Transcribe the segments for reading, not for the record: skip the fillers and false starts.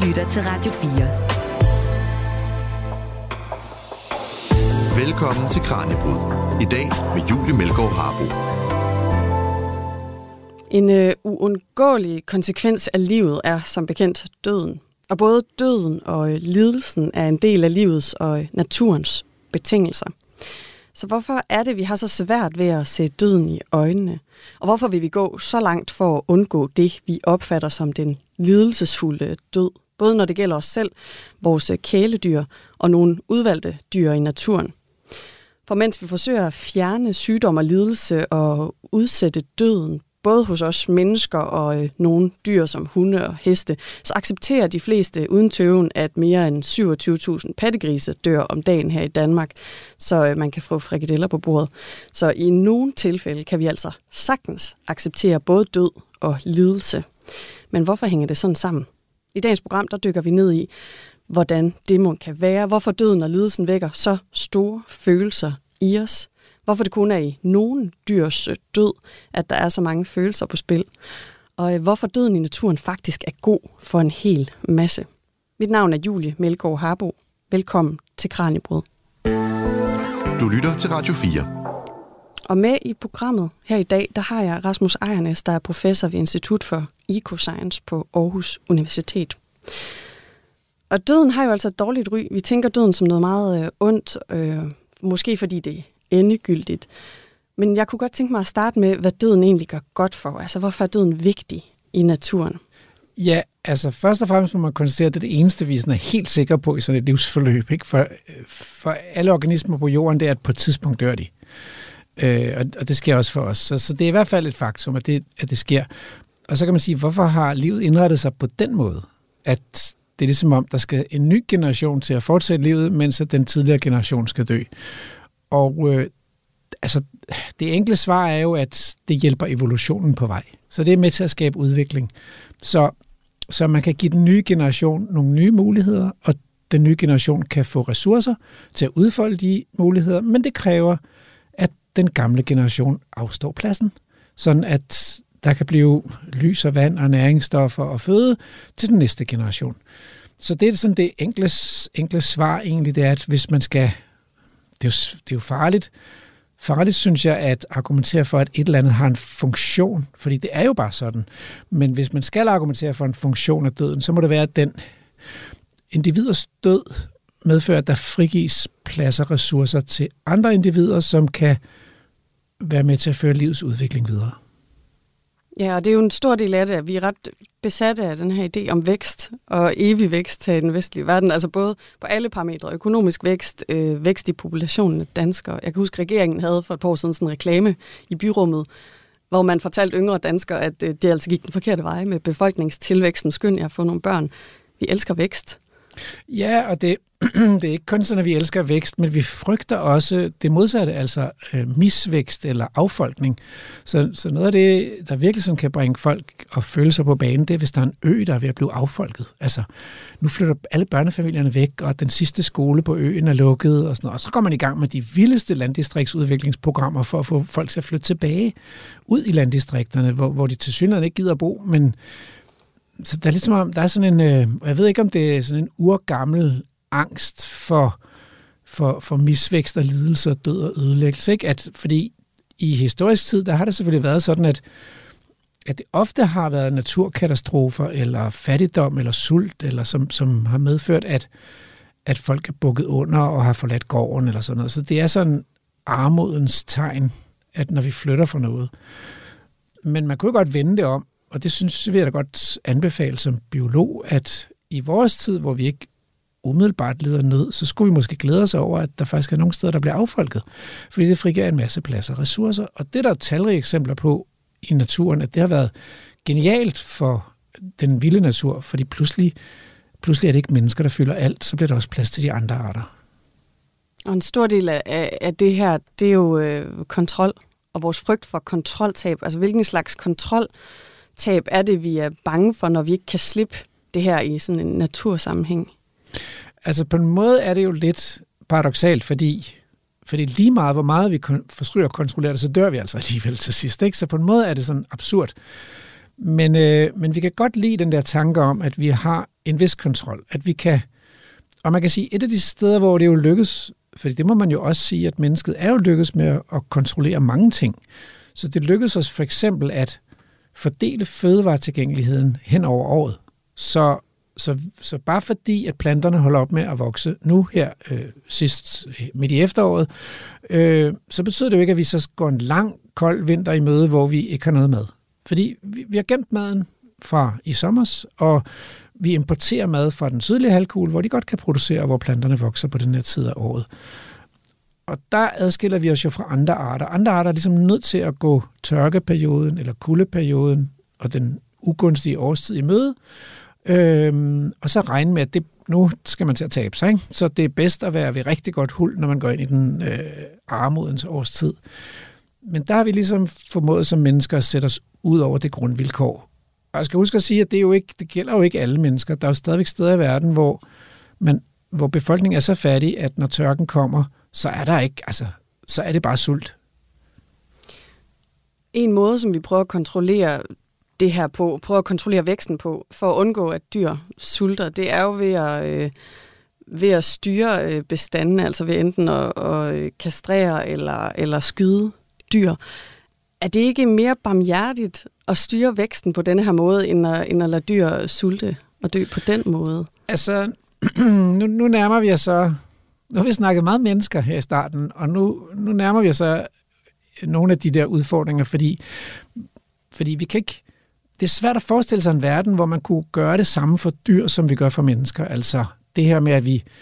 lytter til Radio 4. Velkommen til Kraniebrud. I dag med Julie Melgaard Harbo. En uundgåelig konsekvens af livet er som bekendt døden. Og både døden og lidelsen er en del af livets og naturens betingelser. Så hvorfor er det, vi har så svært ved at se døden i øjnene? Og hvorfor vil vi gå så langt for at undgå det, vi opfatter som den lidelsesfulde død? Både når det gælder os selv, vores kæledyr og nogle udvalgte dyr i naturen. For mens vi forsøger at fjerne sygdom og lidelse og udsætte døden, både hos os mennesker og nogle dyr som hunde og heste, så accepterer de fleste uden tøven, at mere end 27.000 pattegrise dør om dagen her i Danmark, så man kan få frikadeller på bordet. Så i nogle tilfælde kan vi altså sagtens acceptere både død og lidelse. Men hvorfor hænger det sådan sammen? I dagens program der dykker vi ned i, hvordan det kan være, hvorfor døden og lidelsen vækker så store følelser i os, hvorfor det kun er i nogle dyrs død, at der er så mange følelser på spil, og hvorfor døden i naturen faktisk er god for en hel masse. Mit navn er Julie Melgaard Harbo. Velkommen til Kraniebrud. Du lytter til Radio 4. Og med i programmet her i dag, der har jeg Rasmus Ejernes, der er professor ved Institut for Ecoscience på Aarhus Universitet. Og døden har jo altså et dårligt ry. Vi tænker døden som noget meget ondt, måske fordi det er endegyldigt. Men jeg kunne godt tænke mig at starte med, hvad døden egentlig gør godt for. Altså, hvorfor er døden vigtig i naturen? Ja, altså først og fremmest må man konstatere, at det er det eneste, vi er helt sikre på i sådan et livsforløb. Ikke? For alle organismer på jorden, det er, at på et tidspunkt dør de. Og det sker også for os. Så det er i hvert fald et faktum, at det sker. Og så kan man sige, hvorfor har livet indrettet sig på den måde? At det er ligesom om, der skal en ny generation til at fortsætte livet, mens den tidligere generation skal dø. Og det enkle svar er jo, at det hjælper evolutionen på vej. Så det er med til at skabe udvikling. Så man kan give den nye generation nogle nye muligheder, og den nye generation kan få ressourcer til at udfolde de muligheder, men det kræver, at den gamle generation afstår pladsen, sådan at der kan blive lys og vand og næringsstoffer og føde til den næste generation. Så det er sådan det enkle svar egentlig, det er, at hvis man skal... Det er jo farligt. Farligt synes jeg at argumentere for, at et eller andet har en funktion, fordi det er jo bare sådan. Men hvis man skal argumentere for en funktion af døden, så må det være, at den individers død medfører, at der frigives plads og ressourcer til andre individer, som kan være med til at føre livets udvikling videre. Ja, og det er jo en stor del af det, at vi er ret besatte af den her idé om vækst og evig vækst her i den vestlige verden. Altså både på alle parametre. Økonomisk vækst, vækst i populationen af danskere. Jeg kan huske, at regeringen havde for et par år siden sådan en reklame i byrummet, hvor man fortalte yngre danskere, at det altså gik den forkerte vej med befolkningstilvæksten. Skynd jer at få nogle børn. Vi elsker vækst. Ja, og det er ikke kun sådan, at vi elsker vækst, men vi frygter også det modsatte, altså misvækst eller affolkning. Så noget af det, der virkelig sådan kan bringe folk og følelser på banen, det er, hvis der er en ø, der er ved at blive affolket. Altså, nu flytter alle børnefamilierne væk, og den sidste skole på øen er lukket, og sådan noget. Og så går man i gang med de vildeste landdistriktsudviklingsprogrammer for at få folk til at flytte tilbage ud i landdistrikterne, hvor de tilsyneladende ikke gider at bo, men så der er ligesom om, der er sådan en, jeg ved ikke om det er sådan en urgammel angst for misvækst og lidelse og død og ødelæggelse, ikke? Fordi i historisk tid, der har det selvfølgelig været sådan, at det ofte har været naturkatastrofer eller fattigdom eller sult, eller som har medført, at folk er bukket under og har forladt gården eller sådan noget. Så det er sådan armodens tegn, at når vi flytter fra noget. Men man kunne godt vende det om, og det synes vi da godt anbefale som biolog, at i vores tid, hvor vi ikke umiddelbart lider nød, så skulle vi måske glæde os over, at der faktisk er nogle steder, der bliver affolket. Fordi det frigiver en masse plads og ressourcer. Og det der er talrige eksempler på i naturen, at det har været genialt for den vilde natur, fordi pludselig er det ikke mennesker, der fylder alt, så bliver der også plads til de andre arter. Og en stor del af det her, det er jo kontrol, og vores frygt for kontroltab. Altså hvilken slags kontroltab er det, vi er bange for, når vi ikke kan slippe det her i sådan en natursammenhæng? Altså på en måde er det jo lidt paradoksalt, fordi lige meget, hvor meget vi forsøger at kontrollere det, så dør vi altså alligevel til sidst. Ikke? Så på en måde er det sådan absurd. Men vi kan godt lide den der tanke om, at vi har en vis kontrol. At vi kan, og man kan sige, et af de steder, hvor det jo lykkes, fordi det må man jo også sige, at mennesket er jo lykkes med at kontrollere mange ting. Så det lykkes os for eksempel at fordele fødevaretilgængeligheden hen over året. Så bare fordi, at planterne holder op med at vokse nu her sidst midt i efteråret, så betyder det jo ikke, at vi så går en lang, kold vinter i møde, hvor vi ikke har noget mad. Fordi vi har gemt maden fra i sommers, og vi importerer mad fra den sydlige halvkugle, hvor de godt kan producere, hvor planterne vokser på den her tid af året. Og der adskiller vi os jo fra andre arter. Andre arter er ligesom nødt til at gå tørkeperioden eller kuldeperioden og den ugunstige årstid i møde, og så regne med, at nu skal man til at tabe sig. Ikke? Så det er bedst at være ved rigtig godt huld, når man går ind i den armodens årstid. Men der har vi ligesom formået som mennesker at sætte os ud over det grundvilkår. Og jeg skal huske at sige, at det gælder jo ikke alle mennesker. Der er jo stadigvæk steder i verden, hvor befolkningen er så fattig, at når tørken kommer, så er der ikke, så er det bare sult. En måde, som vi prøver at kontrollere det her på, prøver at kontrollere væksten på, for at undgå, at dyr sulter, det er jo ved at styre bestanden, altså ved enten at kastrere eller skyde dyr. Er det ikke mere barmhjertigt at styre væksten på denne her måde, end at lade dyr sulte og dø på den måde? Altså, nu nærmer vi os så. Nu har vi snakket meget mennesker her i starten, og nu nærmer vi os så nogle af de der udfordringer, fordi vi kan ikke. Det er svært at forestille sig en verden, hvor man kunne gøre det samme for dyr, som vi gør for mennesker. Altså det her med, at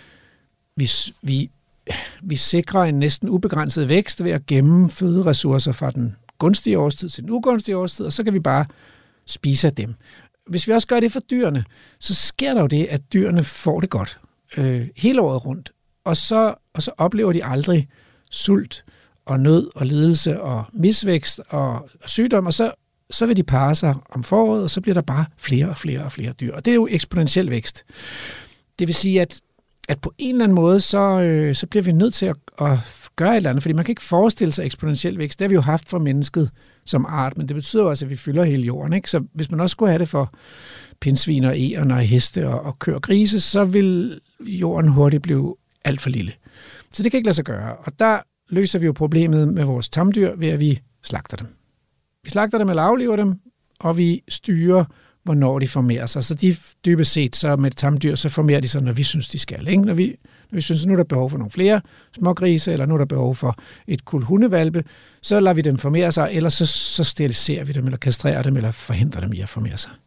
vi sikrer en næsten ubegrænset vækst ved at gemme føderessourcer fra den gunstige årstid til den ugunstige årstid, og så kan vi bare spise af dem. Hvis vi også gør det for dyrene, så sker der jo det, at dyrene får det godt hele året rundt. Og så oplever de aldrig sult og nød og lidelse og misvækst og sygdom, og så vil de parre sig om foråret, og så bliver der bare flere og flere og flere dyr. Og det er jo eksponentiel vækst. Det vil sige, at på en eller anden måde, så bliver vi nødt til at gøre et eller andet, fordi man kan ikke forestille sig eksponentiel vækst. Det har vi jo haft for mennesket som art, men det betyder også, at vi fylder hele jorden. Ikke? Så hvis man også skulle have det for pindsvin og egern og heste og køer og grise, så vil jorden hurtigt blive alt for lille. Så det kan ikke lade sig gøre. Og der løser vi jo problemet med vores tamdyr ved, at vi slagter dem. Vi slagter dem eller aflever dem, og vi styrer, hvornår de formerer sig. Så de dybest set, så med tamdyr, så formerer de sig, når vi synes, de skal. Ikke? Når vi synes, at nu er der behov for nogle flere smågrise, eller nu er der behov for et kuld hundevalpe, så lader vi dem formere sig, eller så steriliserer vi dem, eller kastrerer dem, eller forhindrer dem i at formere sig.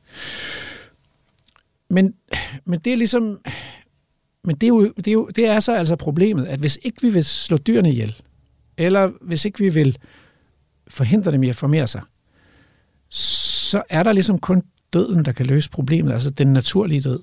Men det er ligesom. Men det er så altså problemet, at hvis ikke vi vil slå dyrene ihjel, eller hvis ikke vi vil forhindre dem i at formere sig, så er der ligesom kun døden, der kan løse problemet, altså den naturlige død.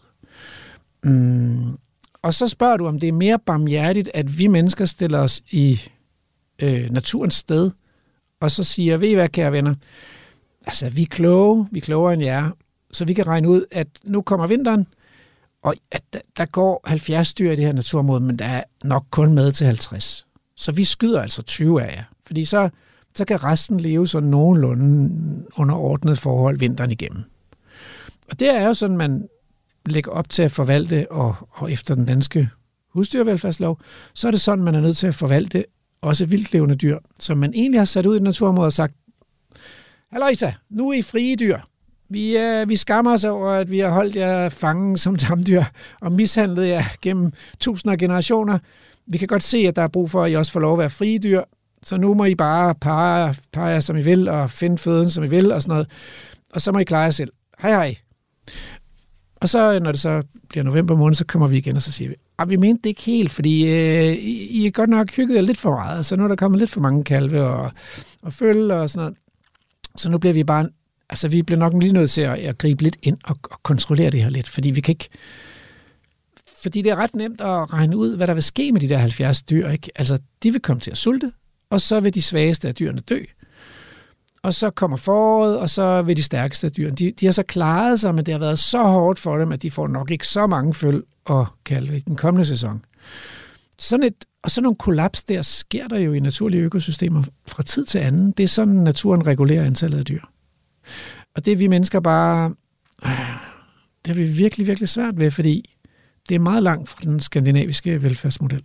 Og så spørger du, om det er mere barmhjertigt, at vi mennesker stiller os i naturens sted, og så siger, ved I hvad, kære venner, altså vi er klogere end jer, så vi kan regne ud, at nu kommer vinteren, og at der går 70 dyr i det her naturområde, men der er nok kun med til 50. Så vi skyder altså 20 af jer, fordi så kan resten leve sådan nogenlunde under ordnet forhold vinteren igennem. Og det er jo sådan, man lægger op til at forvalte, og efter den danske husdyrvelfærdslov, så er det sådan, man er nødt til at forvalte også vildtlevende dyr, som man egentlig har sat ud i naturområdet og sagt, halløjsa, nu er I frie dyr. Vi skammer os over, at vi har holdt jer fanget som tamdyr og mishandlet jer gennem tusinder af generationer. Vi kan godt se, at der er brug for, at I også får lov at være frie dyr, så nu må I bare parre jer, som I vil, og finde føden, som I vil, og sådan noget. Og så må I klare jer selv. Hej. Og så, når det så bliver november måned, så kommer vi igen, og så siger vi, vi mente det ikke helt, fordi I er godt nok hygget jer lidt for meget, så nu er der kommet lidt for mange kalve og følge og sådan noget. Så nu bliver vi bare, vi bliver nok lige nødt til at gribe lidt ind og kontrollere det her lidt, fordi vi kan ikke. Fordi det er ret nemt at regne ud, hvad der vil ske med de der 70 dyr. Ikke? Altså, de vil komme til at sulte, og så vil de svageste af dyrene dø. Og så kommer foråret, og så vil de stærkeste af dyrene. De har så klaret sig, men det har været så hårdt for dem, at de får nok ikke så mange føl og kalve i den kommende sæson. Sådan nogle kollaps der sker der jo i naturlige økosystemer fra tid til anden. Det er sådan, naturen regulerer antallet af dyr. Og det er vi mennesker bare. Det har vi virkelig, virkelig svært ved, fordi det er meget langt fra den skandinaviske velfærdsmodel.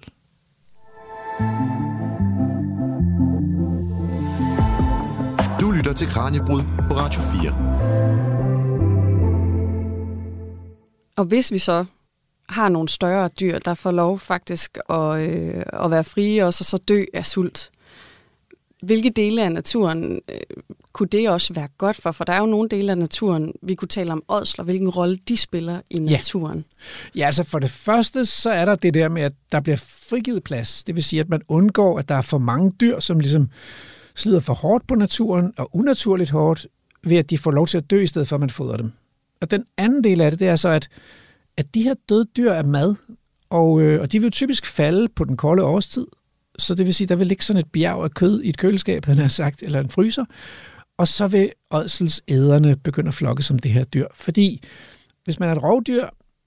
Du lytter til Kraniebrud på Radio 4. Og hvis vi så har nogle større dyr, der får lov faktisk at være frie og så dø af sult, hvilke dele af naturen kunne det også være godt for? For der er jo nogle dele af naturen, vi kunne tale om ådsler, hvilken rolle de spiller i naturen. Ja, altså for det første, så er der det der med, at der bliver frigivet plads. Det vil sige, at man undgår, at der er for mange dyr, som ligesom slider for hårdt på naturen, og unaturligt hårdt, ved at de får lov til at dø, i stedet for at man fodrer dem. Og den anden del af det, det er så, at de her døde dyr er mad, og de vil jo typisk falde på den kolde årstid. Så det vil sige, der vil ligge sådan et bjerg af kød i et køleskab, han har sagt, eller en fryser, og så vil ådselsæderne begynde at flokke som det her dyr. Fordi hvis man er et rovdyr,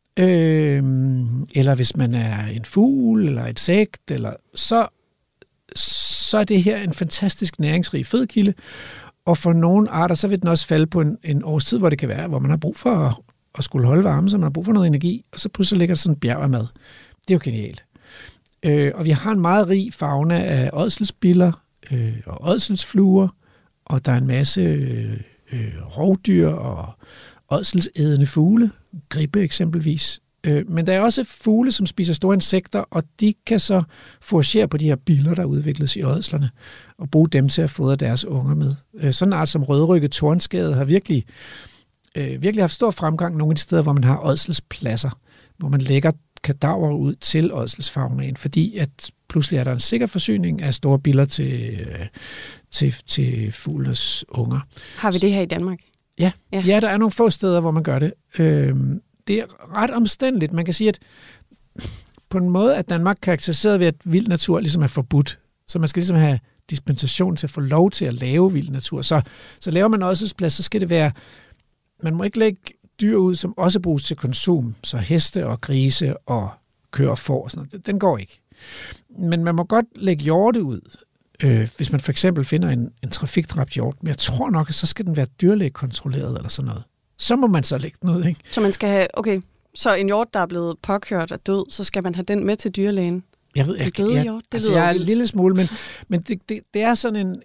eller hvis man er en fugl, eller et sekt, eller så er det her en fantastisk næringsrig fødekilde, og for nogle arter, så vil den også falde på en årstid, hvor det kan være, hvor man har brug for at skulle holde varme, så man har brug for noget energi, og så pludselig ligger der sådan et bjerg af mad. Det er jo genialt. Og vi har en meget rig fauna af ådselsbiller og ådselsfluer, og der er en masse rovdyr og ådselsædende fugle, gribe eksempelvis. Men der er også fugle, som spiser store insekter, og de kan så foragere på de her biller, der udvikles i ådslerne, og bruge dem til at fodre deres unger med. Sådan en art som rødrygget tornskade har virkelig haft stor fremgang nogle af de steder, hvor man har ådselspladser, hvor man lægger kadaver ud til ådselsfaunaen, fordi at pludselig er der en sikker forsyning af store biller til fuglenes unger. Har vi det her i Danmark? Ja, der er nogle få steder, hvor man gør det. Det er ret omstændeligt. Man kan sige, at på en måde, at Danmark karakteriseret ved, at vild natur ligesom er forbudt. Så man skal ligesom have dispensation til at få lov til at lave vild natur. Så laver man ådselsplads, så skal det være, man må ikke lægge dyr ud, som også bruges til konsum. Så heste og grise og køer og får og sådan noget. Den går ikke. Men man må godt lægge hjorte ud, hvis man for eksempel finder en trafikdræbt hjort. Men jeg tror nok, at så skal den være dyrlægekontrolleret eller sådan noget. Så må man så lægge den ud, ikke? Så man skal have, så en hjort, der er blevet påkørt og død, så skal man have den med til dyrlægen? Jeg ved ikke. Jeg er en lille smule, men det er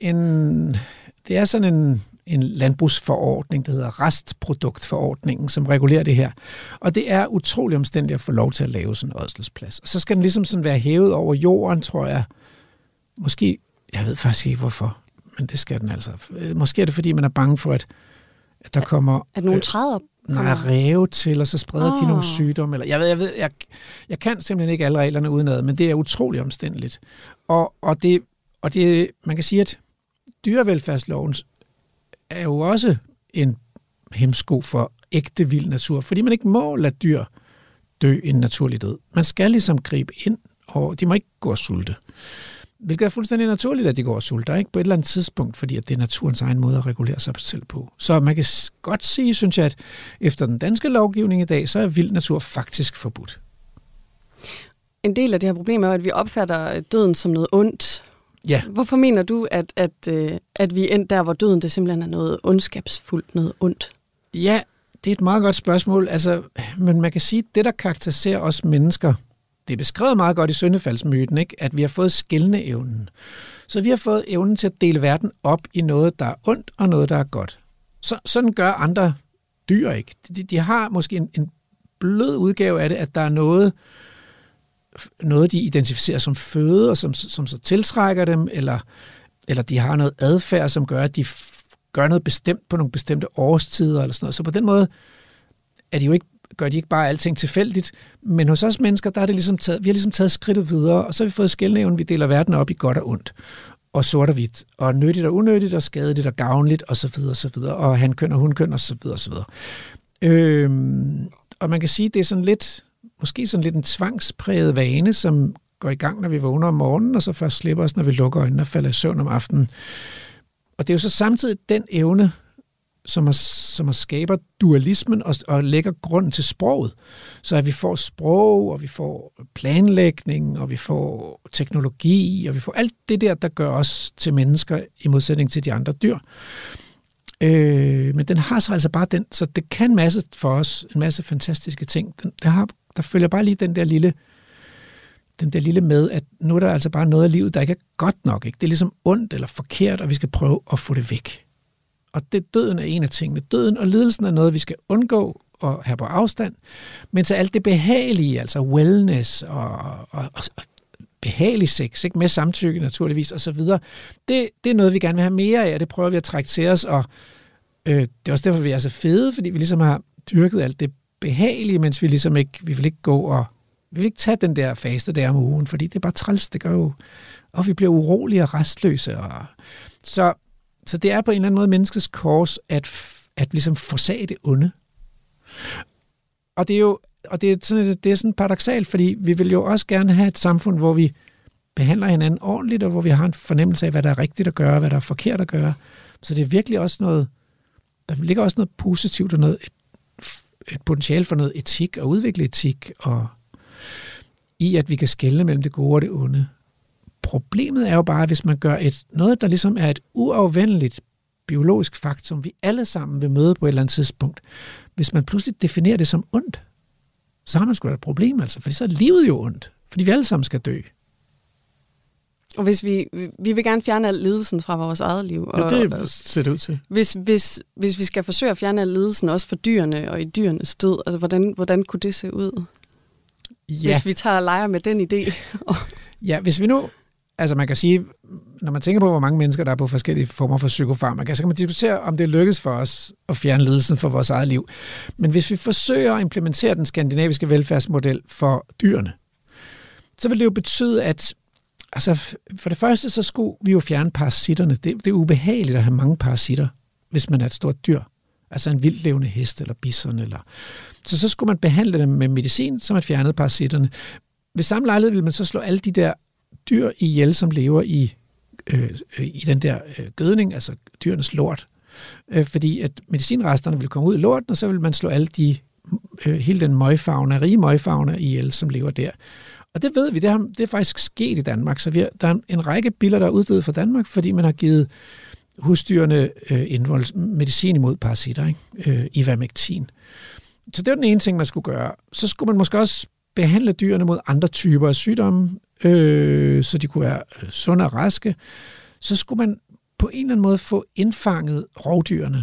sådan en landbrugsforordning, der hedder restproduktforordningen, som regulerer det her. Og det er utrolig omstændigt at få lov til at lave sådan en ådselsplads. Og så skal den ligesom sådan være hævet over jorden, tror jeg. Måske, jeg ved faktisk ikke hvorfor, men det skal den altså. Måske er det, fordi man er bange for, at der kommer... At nogle træder kommer... ræve til, og så spreder de nogle sygdomme. Eller jeg kan simpelthen ikke alle reglerne udenad, men det er utrolig omstændeligt. Og det, man kan sige, at dyrevelfærdsloven er jo også en hemsko for ægte vild natur, fordi man ikke må lade dyr dø en naturlig død. Man skal ligesom gribe ind, og de må ikke gå og sulte. Hvilket er fuldstændig naturligt, at de går og sulter, ikke på et eller andet tidspunkt, fordi at det er naturens egen måde at regulere sig selv på. Så man kan godt sige, synes jeg, at efter den danske lovgivning i dag, så er vild natur faktisk forbudt. En del af det her problem er jo, at vi opfatter døden som noget ondt. Ja. Hvorfor mener du, at vi er endt der, hvor døden det simpelthen er noget ondskabsfuldt, noget ondt? Ja, det er et meget godt spørgsmål. Altså, men man kan sige, at det, der karakteriserer os mennesker, det er beskrevet meget godt i syndefaldsmyten, ikke? At vi har fået skelneevnen. Så vi har fået evnen til at dele verden op i noget, der er ondt, og noget, der er godt. Sådan gør andre dyr ikke. De har måske en blød udgave af det, at der er noget de identificerer som føde, og som så tiltrækker dem, eller de har noget adfærd, som gør, at de gør noget bestemt på nogle bestemte årstider, eller sådan noget. Så på den måde er de jo ikke, gør de ikke bare alting tilfældigt, men hos os mennesker, der er det ligesom vi har ligesom taget skridtet videre, og så har vi fået skelneevnen, vi deler verden op i godt og ondt, og sort og hvidt, og nyttigt og unødigt, og skadeligt og gavnligt, og så videre, og så videre, og hankøn og hunkøn, og så videre, og så videre. Og man kan sige, det er sådan lidt, måske sådan lidt en tvangspræget vane, som går i gang, når vi vågner om morgenen, og så først slipper os, når vi lukker øjnene og falder i søvn om aftenen. Og det er jo så samtidig den evne, som skaber dualismen og lægger grunden til sproget. Så at vi får sprog, og vi får planlægning, og vi får teknologi, og vi får alt det der gør os til mennesker i modsætning til de andre dyr. Men den har så altså bare den, så det kan en masse for os, en masse fantastiske ting. Der følger bare lige den der lille med, at nu er der altså bare noget af livet, der ikke er godt nok. Ikke? Det er ligesom ondt eller forkert, og vi skal prøve at få det væk. Og døden er en af tingene. Døden og lidelsen er noget, vi skal undgå og have på afstand. Men så alt det behagelige, altså wellness og behagelig sex, ikke? Med samtykke naturligvis og så videre, det er noget, vi gerne vil have mere af, og det prøver vi at trække til os. Og det er også derfor, vi er så fede, fordi vi ligesom har dyrket alt det behagelige, mens vi ligesom ikke, vi vil ikke gå og vi vil ikke tage den der faste der om ugen, fordi det er bare træls, det gør jo, og vi bliver urolige og restløse. Så det er på en eller anden måde menneskets kors at ligesom forsage det onde. Og det er jo det er sådan paradoksalt, fordi vi vil jo også gerne have et samfund, hvor vi behandler hinanden ordentligt, og hvor vi har en fornemmelse af, hvad der er rigtigt at gøre, og hvad der er forkert at gøre. Så det er virkelig også noget, der ligger også noget positivt og noget, et potentiale for noget etik og udvikle etik, og i at vi kan skelne mellem det gode og det onde. Problemet er jo bare, hvis man gør noget, der ligesom er et uafvendeligt biologisk faktum, vi alle sammen vil møde på et eller andet tidspunkt. Hvis man pludselig definerer det som ondt, så har man sgu da et problem, altså, fordi så er livet jo ondt, fordi vi alle sammen skal dø. Og hvis vi vil gerne fjerne al lidelsen fra vores eget liv. Og det ser det ud til. Hvis vi skal forsøge at fjerne al lidelsen også for dyrene og i dyrenes død, altså hvordan kunne det se ud? Ja. Hvis vi tager og leger med den idé. Ja, hvis vi nu, altså man kan sige, når man tænker på, hvor mange mennesker der er på forskellige former for psykofarmaka, så kan man diskutere, om det lykkes for os at fjerne lidelsen fra vores eget liv. Men hvis vi forsøger at implementere den skandinaviske velfærdsmodel for dyrene, så vil det jo betyde, at altså, for det første, så skulle vi jo fjerne parasitterne. Det er ubehageligt at have mange parasitter, hvis man er et stort dyr. Altså en vildlevende hest eller bison. Så skulle man behandle dem med medicin, som at fjernede parasitterne. Ved samme lejlighed ville man så slå alle de der dyr ihjel, som lever i den der gødning, altså dyrenes lort. Fordi at medicinresterne ville komme ud i lorten, og så ville man slå hele den rige møgfauna ihjel, som lever der. Og det ved vi, det er faktisk sket i Danmark. Så der er en række biller, der er uddøde fra Danmark, fordi man har givet husdyrene medicin imod parasitter, ikke? Ivermectin. Så det var den ene ting, man skulle gøre. Så skulle man måske også behandle dyrene mod andre typer af sygdomme, så de kunne være sunde og raske. Så skulle man på en eller anden måde få indfanget rovdyrene,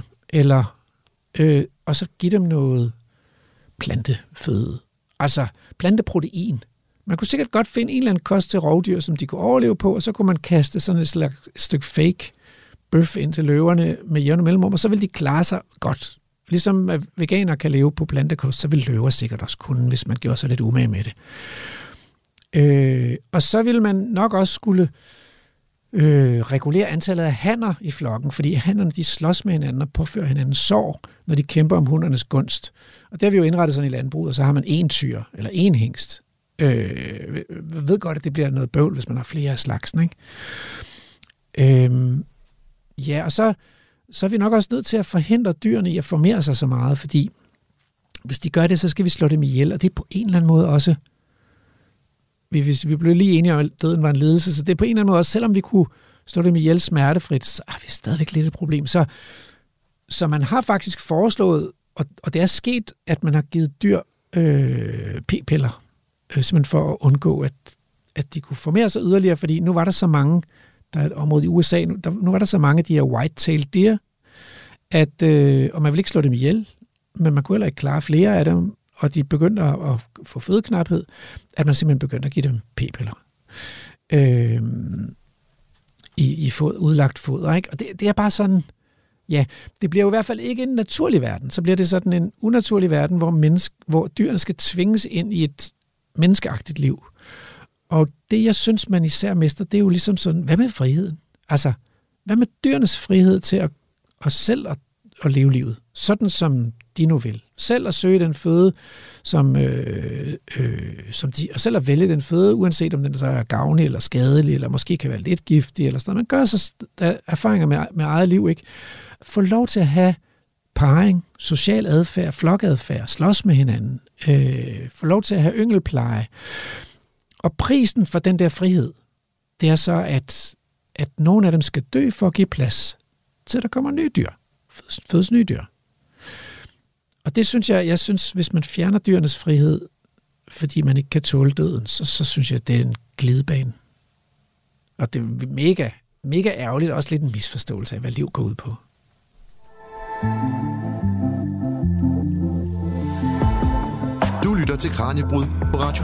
og så give dem noget planteføde. Altså planteprotein. Man kunne sikkert godt finde en eller anden kost til rovdyr, som de kunne overleve på, og så kunne man kaste sådan et slags stykke fake bøf ind til løverne med jævne mellemrum, og så vil de klare sig godt. Ligesom at veganer kan leve på plantekost, så vil løver sikkert også kunne, hvis man gjorde sig lidt umage med det. Og så ville man nok også skulle regulere antallet af hanner i flokken, fordi hannerne de slås med hinanden og påfører hinanden sår, når de kæmper om hundernes gunst. Og det har vi jo indrettet sådan i landbruget, og så har man én tyr eller én hingst. Ved godt, at det bliver noget bøvl, hvis man har flere af slagsen, ikke? Ja, og så er vi nok også nødt til at forhindre dyrene i at formere sig så meget, fordi hvis de gør det, så skal vi slå dem ihjel, og det er på en eller anden måde også, vi blev lige enige om, at døden var en lidelse, så det er på en eller anden måde også, selvom vi kunne slå dem ihjel smertefrit, så er vi stadigvæk lidt et problem. Så man har faktisk foreslået, og det er sket, at man har givet dyr p-piller, simpelthen for at undgå, at de kunne formere sig yderligere, fordi nu var der så mange, der er et område i USA, nu var der så mange af de her white-tailed deer, og man ville ikke slå dem ihjel, men man kunne heller ikke klare flere af dem, og de begyndte at få fødeknaphed, at man simpelthen begyndte at give dem p-piller. I udlagt foder, ikke? Og det er bare sådan, ja, det bliver jo i hvert fald ikke en naturlig verden, så bliver det sådan en unaturlig verden, hvor dyrene skal tvinges ind i et menneskeagtigt liv. Og det, jeg synes, man især mister, det er jo ligesom sådan, hvad med friheden? Altså, hvad med dyrenes frihed til at selv at leve livet, sådan som de nu vil. Selv at søge den føde, som de, og selv at vælge den føde, uanset om den så er gavnlig eller skadelig, eller måske kan være lidt giftig, eller sådan noget. Man gør sig erfaringer med eget liv, ikke? Få lov til at have parring, social adfærd, flokadfærd, slås med hinanden, få lov til at have yngelpleje. Og prisen for den der frihed, det er så, at nogle af dem skal dø for at give plads til, at der kommer nye dyr. fødes nye dyr. Og det synes jeg synes, hvis man fjerner dyrenes frihed, fordi man ikke kan tåle døden, så synes jeg, det er en glidebane. Og det er mega, mega ærgerligt, og også lidt en misforståelse af, hvad liv går ud på. Du lytter til Kraniebrud på Radio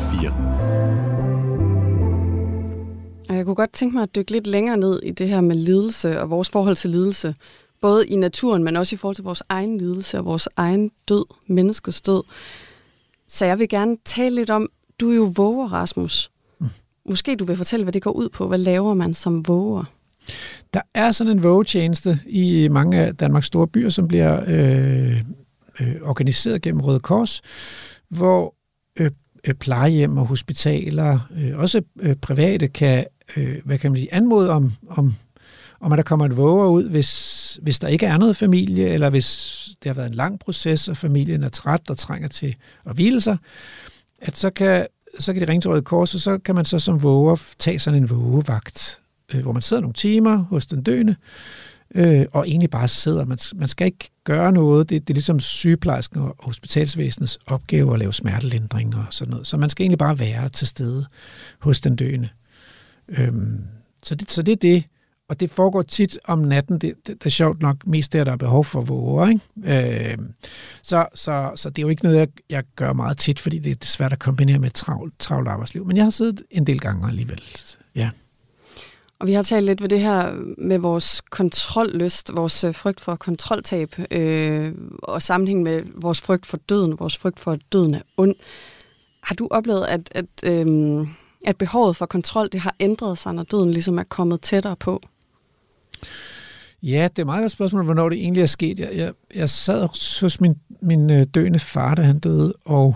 4. Og jeg kunne godt tænke mig at dykke lidt længere ned i det her med lidelse og vores forhold til lidelse. Både i naturen, men også i forhold til vores egen lidelse og vores egen død, menneskets død. Så jeg vil gerne tale lidt om, du er jo våger, Rasmus. Måske du vil fortælle, hvad det går ud på. Hvad laver man som våger? Der er sådan en vågetjeneste i mange af Danmarks store byer, som bliver organiseret gennem Røde Kors, hvor plejehjem og hospitaler, også private, kan anmode om at der kommer en våger ud, hvis der ikke er noget familie, eller hvis det har været en lang proces, og familien er træt og trænger til at hvile sig, at så kan de ringe til Røde Kors, og så kan man så som våger tage sådan en vågevagt, hvor man sidder nogle timer hos den døende, og egentlig bare sidder. Man skal ikke gøre noget. Det er ligesom sygeplejersken og hospitalsvæsenets opgave at lave smertelindring og sådan noget. Så man skal egentlig bare være til stede hos den døende. Så det er det. Og det foregår tit om natten. Det er sjovt nok mest der er behov for våger, ikke? Så det er jo ikke noget, jeg gør meget tit, fordi det er svært at kombinere med et travlt arbejdsliv. Men jeg har siddet en del gange alligevel, ja. Og vi har talt lidt ved det her med vores kontrollyst, vores frygt for kontroltab, og sammenhæng med vores frygt for døden, vores frygt for, at døden er ond. Har du oplevet, at behovet for kontrol, det har ændret sig, når døden ligesom er kommet tættere på? Ja, det er et meget godt spørgsmål, hvornår det egentlig er sket. Jeg sad hos min døende far, da han døde, og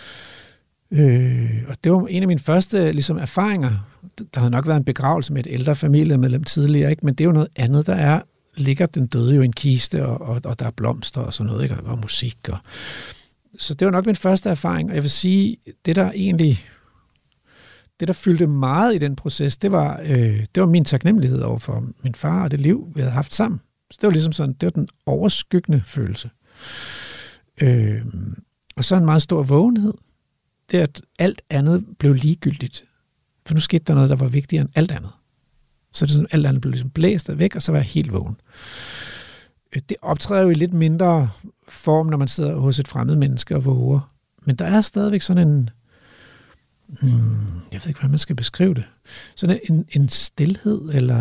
det var en af mine første ligesom, erfaringer. Der havde nok været en begravelse med et ældre familiemedlem tidligere, ikke? Men det er jo noget andet, ligger den døde jo i en kiste, og der er blomster og sådan noget, ikke? Og musik. Så det var nok min første erfaring, og jeg vil sige, det der fyldte meget i den proces, det var min taknemmelighed over for min far og det liv, vi havde haft sammen. Så det var ligesom sådan, det var den overskyggende følelse. Og så en meget stor vågenhed. Det at alt andet blev ligegyldigt. For nu skete der noget, der var vigtigere end alt andet. Så det sådan, alt andet blev ligesom blæst væk, og så var jeg helt vågen. Det optræder jo i lidt mindre form, når man sidder hos et fremmed menneske og våger. Men der er stadigvæk sådan en, jeg ved ikke, hvordan man skal beskrive det, sådan en stilhed, eller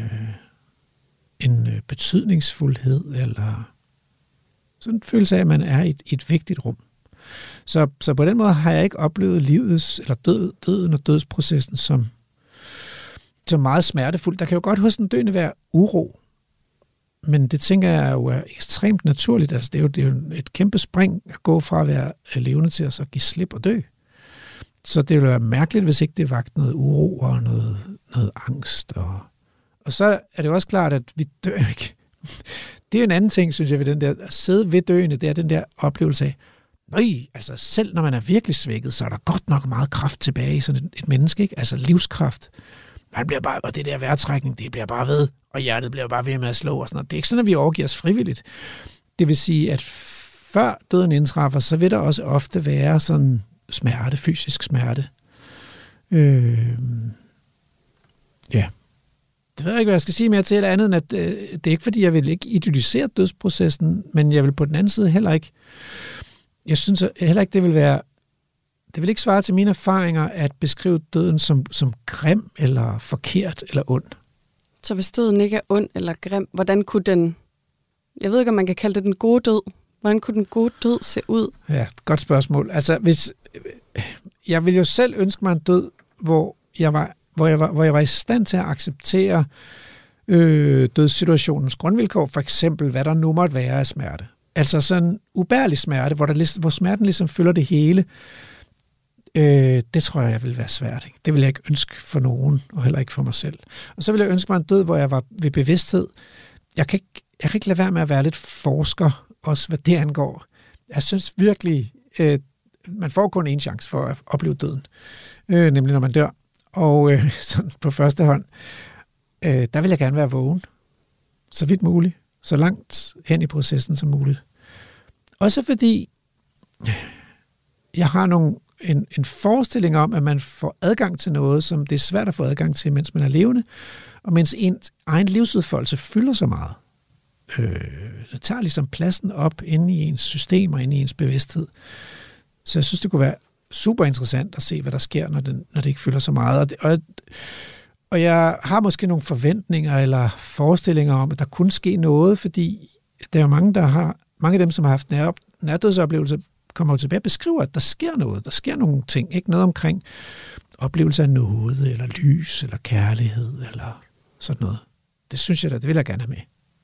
en betydningsfuldhed, eller sådan en følelse af, at man er i et vigtigt rum. Så på den måde har jeg ikke oplevet livets, eller døden og dødsprocessen som meget smertefuld. Der kan jo godt hos den døende være uro, men det tænker jeg jo er ekstremt naturligt. Altså det er jo et kæmpe spring at gå fra at være levende til at så give slip og dø. Så det ville være mærkeligt, hvis ikke det vagte noget uro og noget angst. Og så er det jo også klart, at vi dør ikke. Det er jo en anden ting, synes jeg, ved den der at sidde ved døende, det er den der oplevelse af, altså selv når man er virkelig svækket, så er der godt nok meget kraft tilbage i sådan et menneske, ikke? Altså livskraft. Man bliver bare, og det der vejrtrækning, det bliver bare ved, og hjertet bliver bare ved med at slå og sådan noget. Det er ikke sådan, at vi overgiver os frivilligt. Det vil sige, at før døden indtræffer, så vil der også ofte være sådan smerte, fysisk smerte. Ja. Det ved jeg ikke, hvad jeg skal sige mere til det andet, end at det er ikke, fordi jeg vil ikke idyllisere dødsprocessen, men jeg vil på den anden side heller ikke. Jeg synes heller ikke, det vil ikke svare til mine erfaringer at beskrive døden som grim eller forkert eller ond. Så hvis døden ikke er ond eller grim, hvordan kunne den, jeg ved ikke, om man kan kalde det den gode død, hvordan kunne den gode død se ud? Ja, godt spørgsmål. Altså, jeg ville jo selv ønske mig en død, hvor jeg var i stand til at acceptere dødssituationens grundvilkår, for eksempel, hvad der nu måtte være af smerte. Altså sådan en ubærlig smerte, hvor smerten ligesom fylder det hele. Det tror jeg vil være svært. Ikke? Det vil jeg ikke ønske for nogen, og heller ikke for mig selv. Og så vil jeg ønske mig en død, hvor jeg var ved bevidsthed. Jeg kan ikke lade være med at være lidt forsker, også hvad det angår. Jeg synes virkelig, man får kun en chance for at opleve døden, nemlig når man dør. Og sådan på første hånd, der vil jeg gerne være vågen, så vidt muligt. så langt hen i processen som muligt. Også fordi jeg har en forestilling om, at man får adgang til noget, som det er svært at få adgang til, mens man er levende, og mens ens egen livsudfoldelse fylder så meget. Det tager ligesom pladsen op inde i ens system og inde i ens bevidsthed. Så jeg synes, det kunne være super interessant at se, hvad der sker, når det ikke fylder så meget. Og jeg har måske nogle forventninger eller forestillinger om, at der kunne ske noget, fordi der er jo mange af dem, som har haft nærdødsoplevelser, kommer jo tilbage og beskriver, at der sker noget. Der sker nogle ting. Ikke noget omkring oplevelse af noget, eller lys, eller kærlighed, eller sådan noget. Det synes jeg da, det vil jeg gerne have med.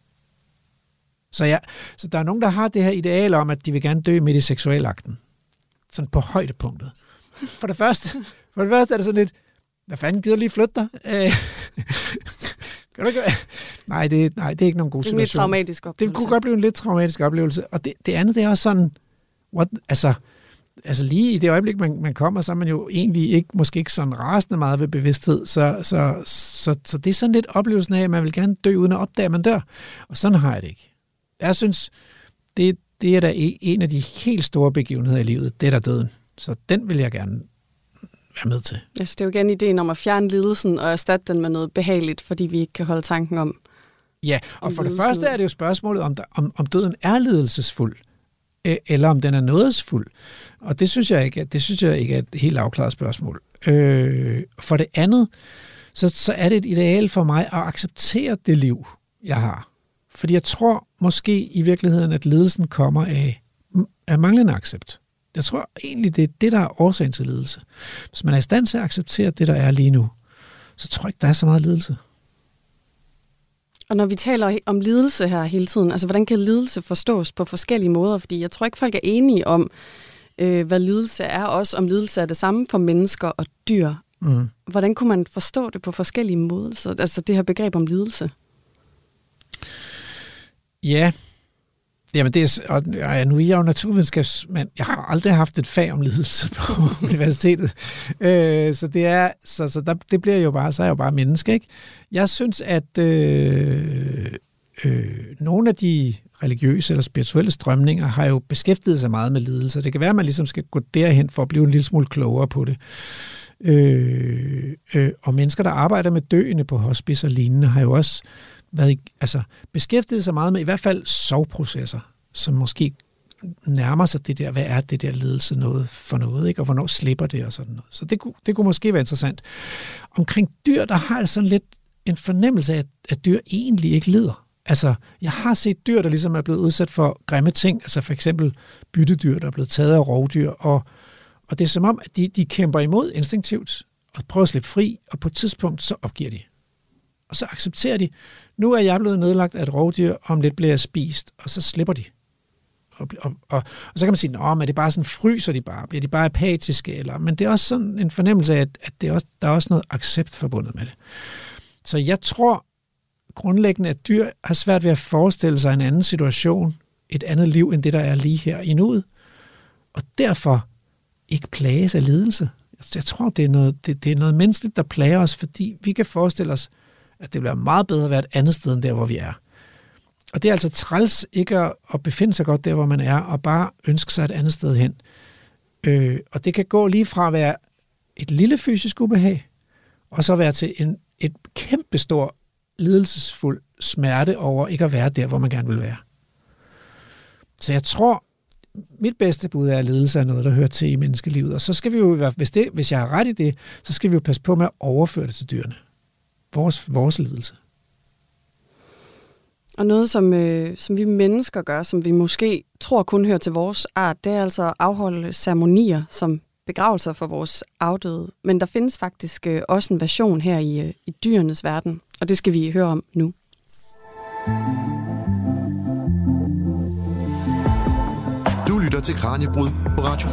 Så der er nogen, der har det her ideal om, at de vil gerne dø midt i seksualakten. Sådan på højdepunktet. For det første er det sådan lidt, hvad fanden gider lige flytte dig? Kan du ikke? Nej, det er ikke nogen god situation. Det er en lidt traumatisk oplevelse. Det kunne godt blive en lidt traumatisk oplevelse. Og det andet, det er også sådan, altså lige i det øjeblik, man kommer, så er man jo egentlig måske ikke sådan rasende meget ved bevidsthed. Så det er sådan lidt oplevelsen af, at man vil gerne dø, uden at opdage, at man dør. Og sådan har jeg det ikke. Jeg synes, det er da en af de helt store begivenheder i livet. Det er der døden. Så den vil jeg gerne være med til. Altså, det er jo igen ideen om at fjerne lidelsen og erstatte den med noget behageligt, fordi vi ikke kan holde tanken om. Ja, og for det første er det jo spørgsmålet, om døden er lidelsesfuld, eller om den er nådesfuld. Og det synes jeg ikke er et helt afklaret spørgsmål. For det andet, så er det et ideal for mig at acceptere det liv, jeg har. Fordi jeg tror måske i virkeligheden, at lidelsen kommer af manglende accept. Jeg tror egentlig, det er det, der er årsagen til lidelse. Hvis man er i stand til at acceptere det, der er lige nu, så tror jeg ikke, der er så meget lidelse. Og når vi taler om lidelse her hele tiden, altså hvordan kan lidelse forstås på forskellige måder? Fordi jeg tror ikke, folk er enige om, hvad lidelse er, også om lidelse er det samme for mennesker og dyr. Mm. Hvordan kunne man forstå det på forskellige måder? Altså det her begreb om lidelse? Ja, jamen det er, nu er jeg jo naturvidenskabsmand. Jeg har aldrig haft et fag om lidelse på universitetet. Det bliver jo bare, så er jeg jo bare menneske, ikke? Jeg synes, at nogle af de religiøse eller spirituelle strømninger har jo beskæftiget sig meget med lidelse. Det kan være, at man ligesom skal gå derhen for at blive en lille smule klogere på det. Og mennesker, der arbejder med døende på hospice og lignende, har jo også beskæftiget sig meget med i hvert fald sorgprocesser, som måske nærmer sig det der, hvad er det der lidelse noget for noget, ikke? Og hvornår slipper det og sådan noget. Så det kunne måske være interessant. Omkring dyr, der har jeg sådan lidt en fornemmelse af, at dyr egentlig ikke lider. Altså, jeg har set dyr, der ligesom er blevet udsat for grimme ting, altså for eksempel byttedyr, der er blevet taget af rovdyr, og det er som om, at de kæmper imod instinktivt, og prøver at slippe fri, og på et tidspunkt, så opgiver de. Og så accepterer de, nu er jeg blevet nedlagt af et rovdyr, om lidt bliver jeg spist, og så slipper de. Og så kan man sige, at det bare sådan, fryser de bare, bliver de bare apatiske, men det er også sådan en fornemmelse af, at der er også noget accept forbundet med det. Så jeg tror grundlæggende, at dyr har svært ved at forestille sig en anden situation, et andet liv, end det, der er lige her i nuet, og derfor ikke plages af lidelse. Jeg tror, det er noget menneskeligt, der plager os, fordi vi kan forestille os, at det bliver meget bedre at være et andet sted, end der, hvor vi er. Og det er altså træls ikke at befinde sig godt der, hvor man er, og bare ønske sig et andet sted hen. Og det kan gå lige fra at være et lille fysisk ubehag, og så være til et kæmpestor lidelsesfuld smerte over ikke at være der, hvor man gerne vil være. Så jeg tror, mit bedste bud er, at lidelse er noget, der hører til i menneskelivet. Og så skal vi jo, hvis jeg har ret i det, så skal vi jo passe på med at overføre det til dyrene. Vores lidelse. Og noget, som vi mennesker gør, som vi måske tror kun hører til vores art, det er altså at afholde ceremonier som begravelser for vores afdøde. Men der findes faktisk også en version her i dyrenes verden, og det skal vi høre om nu. Du lytter til Kraniebrud på Radio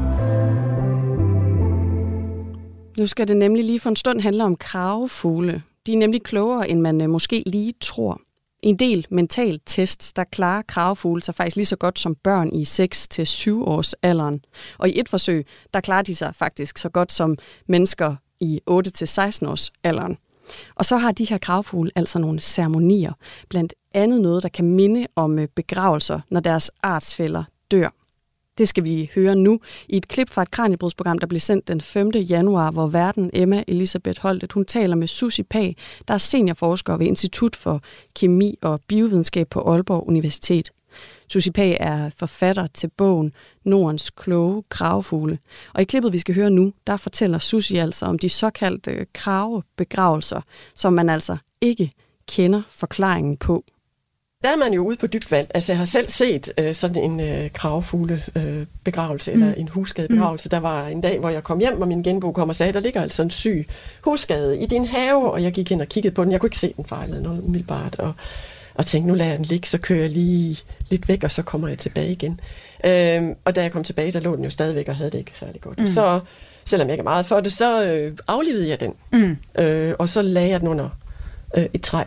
4. Nu skal det nemlig lige for en stund handle om kragefugle. De er nemlig klogere, end man måske lige tror. I en del mental test, der klarer kragefugle sig faktisk lige så godt som børn i 6-7 års alderen. Og i et forsøg, der klarer de sig faktisk så godt som mennesker i 8-16 års alderen. Og så har de her gravfugle altså nogle ceremonier, blandt andet noget, der kan minde om begravelser, når deres artsfæller dør. Det skal vi høre nu i et klip fra et Kranjebrudsprogram, der blev sendt den 5. januar, hvor værten Emma Elisabeth Holtet, hun taler med Sussi Pagh, der er seniorforsker ved Institut for Kemi og Biovidenskab på Aalborg Universitet. Sussi Pagh er forfatter til bogen Nordens kloge gravfugle. Og i klippet, vi skal høre nu, der fortæller Sussi altså om de såkaldte kravebegravelser, som man altså ikke kender forklaringen på. Der er man jo ude på dybt vand. Altså, jeg har selv set sådan en kravefuglebeggravelse eller en husskadebegravelse. Der var en dag, hvor jeg kom hjem, og min genbo kom og sagde, der ligger altså en syg husskade i din have, og jeg gik ind og kiggede på den. Jeg kunne ikke se den fejlede noget umiddelbart, og tænkte, nu lader jeg den ligge, så kører jeg lige lidt væk, og så kommer jeg tilbage igen. Og da jeg kom tilbage, så lå den jo stadigvæk, og havde det ikke særlig godt. Så, selvom jeg ikke er meget for det, så aflivede jeg den, og så lagde jeg den under et træ.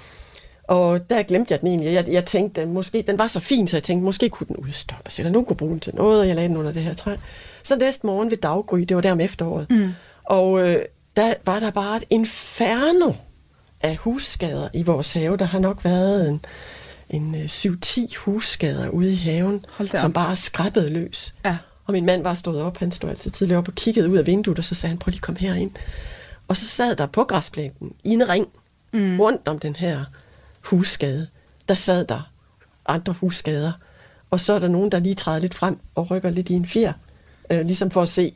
Og der glemte jeg den egentlig. Jeg tænkte, måske den var så fin, så jeg tænkte, måske kunne den udstoppes, eller nogen kunne bruge den til noget, og jeg lagde den under det her træ. Så næste morgen ved daggry, det var der om efteråret, og der var der bare et inferno af husskader i vores have. Der har nok været en 7-10 husskader ude i haven, som bare skræppede løs. Ja. Og min mand var stået op, han stod altid tidligere op og kiggede ud af vinduet, og så sagde han, prøv lige at komme herind. Og så sad der på græsplænen i en ring rundt om den her husskade. Der sad der andre husskader, og så er der nogen, der lige træder lidt frem og rykker lidt i en fjer, ligesom for at se,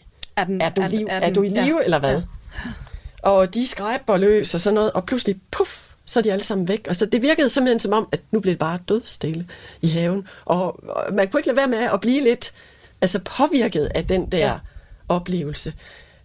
er du i live, eller hvad? Ja. Og de skræber løs og sådan noget, og pludselig, puff, så er de alle sammen væk. Og så det virkede simpelthen som om, at nu blev det bare dødstille i haven. Og man kunne ikke lade være med at blive lidt påvirket af den der oplevelse.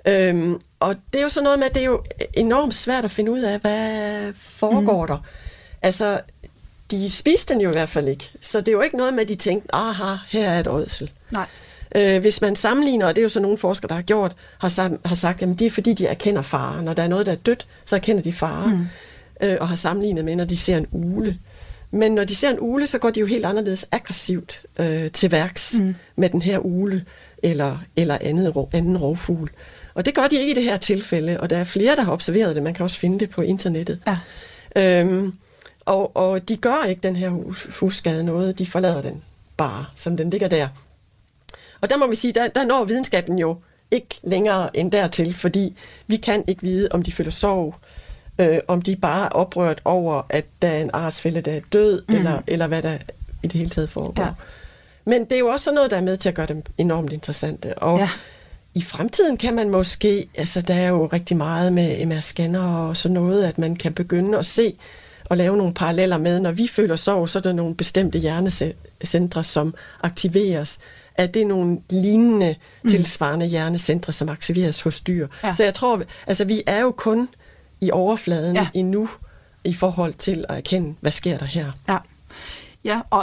Og det er jo sådan noget med, at det er jo enormt svært at finde ud af, hvad foregår der. Altså, de spiste den jo i hvert fald ikke. Så det er jo ikke noget med, at de tænkte, aha, her er et ådsel. Nej. Hvis man sammenligner, og det er jo så nogle forskere, der har gjort, har sagt, at det er fordi, de erkender faren. Når der er noget, der er dødt, så erkender de faren. Og har sammenlignet med, når de ser en ugle. Men når de ser en ugle, så går de jo helt anderledes aggressivt til værks med den her ugle eller anden rovfugl. Og det gør de ikke i det her tilfælde, og der er flere, der har observeret det. Man kan også finde det på internettet. Ja. Og de gør ikke den her husskade noget, de forlader den bare, som den ligger der. Og der må vi sige, der når videnskaben jo ikke længere end dertil, fordi vi kan ikke vide, om de føler sorg, om de bare er oprørt over, at der er en artsfælle, der er død, eller hvad der i det hele taget foregår. Ja. Men det er jo også sådan noget, der er med til at gøre dem enormt interessante. Og i fremtiden kan man måske, der er jo rigtig meget med MR-scanner og sådan noget, at man kan begynde at se og lave nogle paralleller med, når vi føler sorg, så er der nogle bestemte hjernecentre, som aktiveres. At det er nogle lignende tilsvarende hjernecentre, som aktiveres hos dyr. Ja. Så jeg tror, vi er jo kun i overfladen endnu i forhold til at erkende, hvad sker der her. Ja. Ja, og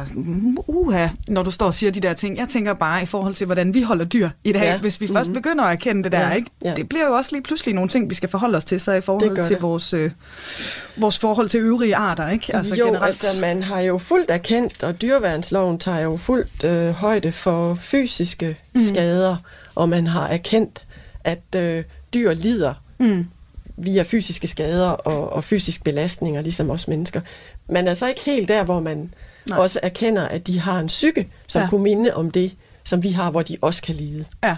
når du står og siger de der ting, jeg tænker bare i forhold til, hvordan vi holder dyr i dag. Hvis vi først begynder at erkende det der, ikke? Ja. Det bliver jo også lige pludselig nogle ting, vi skal forholde os til, så i forhold til vores forhold til øvrige arter, ikke? Generelt. Man har jo fuldt erkendt, og dyreværnsloven tager jo fuldt højde for fysiske skader, og man har erkendt, at dyr lider via fysiske skader og fysisk belastninger, ligesom os mennesker. Man er så ikke helt der, hvor man også erkender, at de har en psyke, som kunne minde om det, som vi har, hvor de også kan lide. Ja.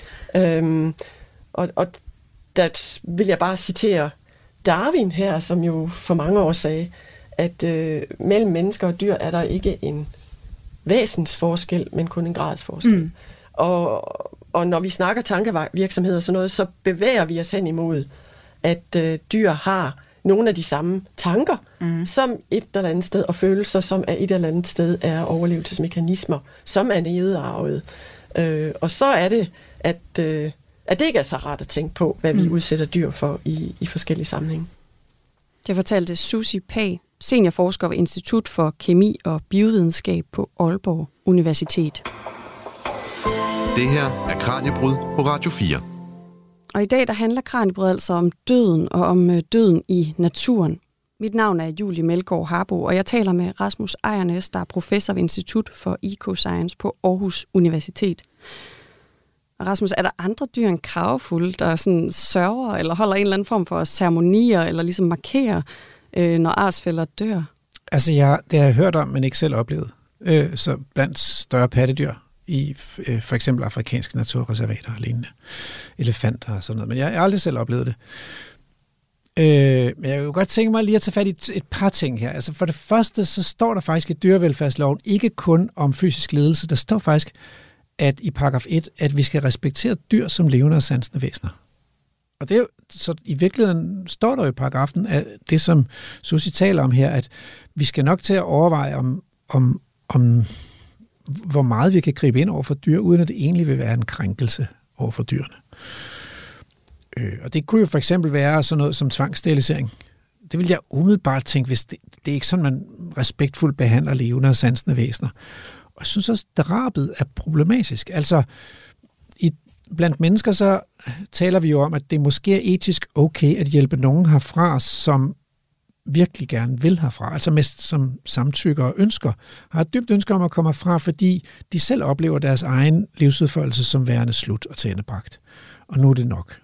Og der vil jeg bare citere Darwin her, som jo for mange år sagde, at mellem mennesker og dyr er der ikke en væsensforskel, men kun en gradsforskel. Og når vi snakker tankevirksomhed og sådan noget, så bevæger vi os hen imod, at dyr har nogle af de samme tanker, som et eller andet sted, og følelser, som er et eller andet sted er overlevelsesmekanismer, som er nedarvet. Og så er det, at det ikke er så rart at tænke på, hvad vi udsætter dyr for i forskellige sammenhænge. Det fortalte Sussi Pagh, seniorforsker ved Institut for Kemi og Biovidenskab på Aalborg Universitet. Det her er Kraniebrud på Radio 4. Og i dag der handler Kraniebrud altså om døden og om døden i naturen. Mit navn er Julie Melgaard Harbo, og jeg taler med Rasmus Ejernes, der er professor ved Institut for Ecoscience på Aarhus Universitet. Og Rasmus, er der andre dyr end kragefulde, der sådan sørger eller holder en eller anden form for ceremonier, eller ligesom markerer, når artsfæller dør? Altså, det har jeg hørt om, men ikke selv oplevet. Så blandt større pattedyr i for eksempel afrikanske naturreservater og lignende, elefanter og sådan noget. Men jeg har aldrig selv oplevet det. Men jeg vil godt tænke mig lige at tage fat i et par ting her. Altså for det første, så står der faktisk i dyrevelfærdsloven ikke kun om fysisk ledelse. Der står faktisk at i paragraf 1, at vi skal respektere dyr som levende og sansende væsener. Og det er jo, så i virkeligheden står der jo i paragrafen, at det som Susie taler om her, at vi skal nok til at overveje om hvor meget vi kan gribe ind over for dyr, uden at det egentlig vil være en krænkelse over for dyrene. Og det kunne jo for eksempel være sådan noget som tvangssterilisering. Det vil jeg umiddelbart tænke, hvis det er ikke sådan, man respektfuldt behandler levende og sansende væsener. Og jeg synes også, at drabet er problematisk. Altså, blandt mennesker så taler vi jo om, at det måske er etisk okay at hjælpe nogen herfra, som virkelig gerne vil herfra. Altså mest som samtykker og ønsker. Har et dybt ønske om at komme herfra, fordi de selv oplever deres egen livsudførelse som værende slut og tilendebragt. Og nu er det nok.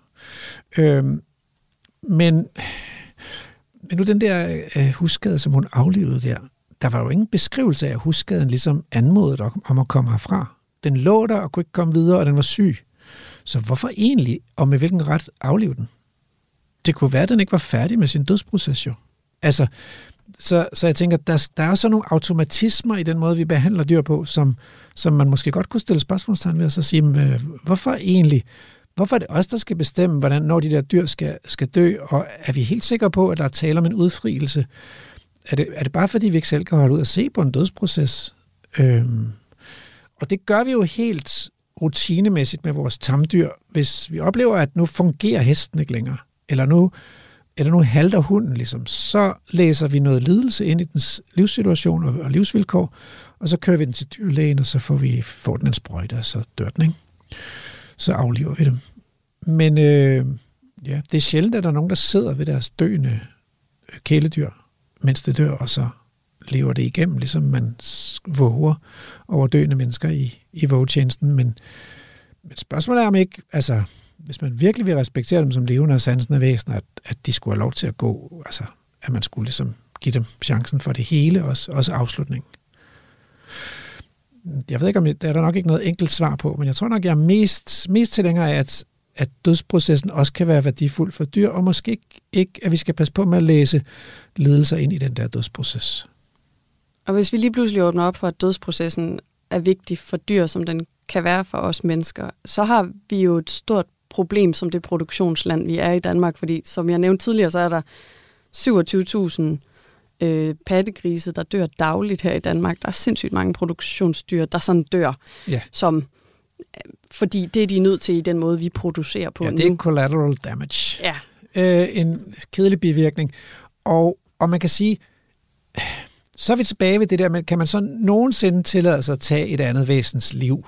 Men nu den der husskade, som hun aflevede der var jo ingen beskrivelse af, at husskaden ligesom anmodede om at komme herfra. Den lå der og kunne ikke komme videre, og den var syg. Så hvorfor egentlig, og med hvilken ret afleve den? Det kunne være, at den ikke var færdig med sin dødsproces jo. Altså, så jeg tænker, der er sådan nogle automatismer i den måde, vi behandler dyr på, som man måske godt kunne stille spørgsmålstegn ved, og så sige, hvorfor egentlig? Hvorfor er det os, der skal bestemme, hvordan når de der dyr skal dø, og er vi helt sikre på, at der er tale om en udfrielse? Er det bare, fordi vi ikke selv kan holde ud at se på en dødsproces? Og det gør vi jo helt rutinemæssigt med vores tamdyr, hvis vi oplever, at nu fungerer hesten ikke længere, eller nu halter hunden, ligesom, så læser vi noget lidelse ind i dens livssituation og livsvilkår, og så kører vi den til dyrlægen, og så får den en sprøjte, og så dør den, ikke? Så afliver vi dem. Men det er sjældent, at der er nogen, der sidder ved deres døende kæledyr, mens det dør, og så lever det igennem, ligesom man våger over døende mennesker i vågetjenesten. Men spørgsmålet er om ikke, altså, hvis man virkelig vil respektere dem som levende og sansende væsener, at de skulle have lov til at gå, altså, at man skulle ligesom give dem chancen for det hele, også afslutningen. Jeg ved ikke, om der er der nok ikke noget enkelt svar på, men jeg tror nok, jeg er mest tilhænger af, at dødsprocessen også kan være værdifuld for dyr, og måske ikke, at vi skal passe på med at læse lidelser ind i den der dødsproces. Og hvis vi lige pludselig åbner op for, at dødsprocessen er vigtig for dyr, som den kan være for os mennesker, så har vi jo et stort problem som det produktionsland, vi er i Danmark, fordi som jeg nævnte tidligere, så er der 27.000 pattegrise, der dør dagligt her i Danmark. Der er sindssygt mange produktionsdyr, der sådan dør, fordi det er de nødt til i den måde, vi producerer på nu. Det er collateral damage. Ja. En kedelig bivirkning. Og man kan sige, så er vi tilbage ved det der med, kan man så nogensinde tillade sig at tage et andet væsens liv?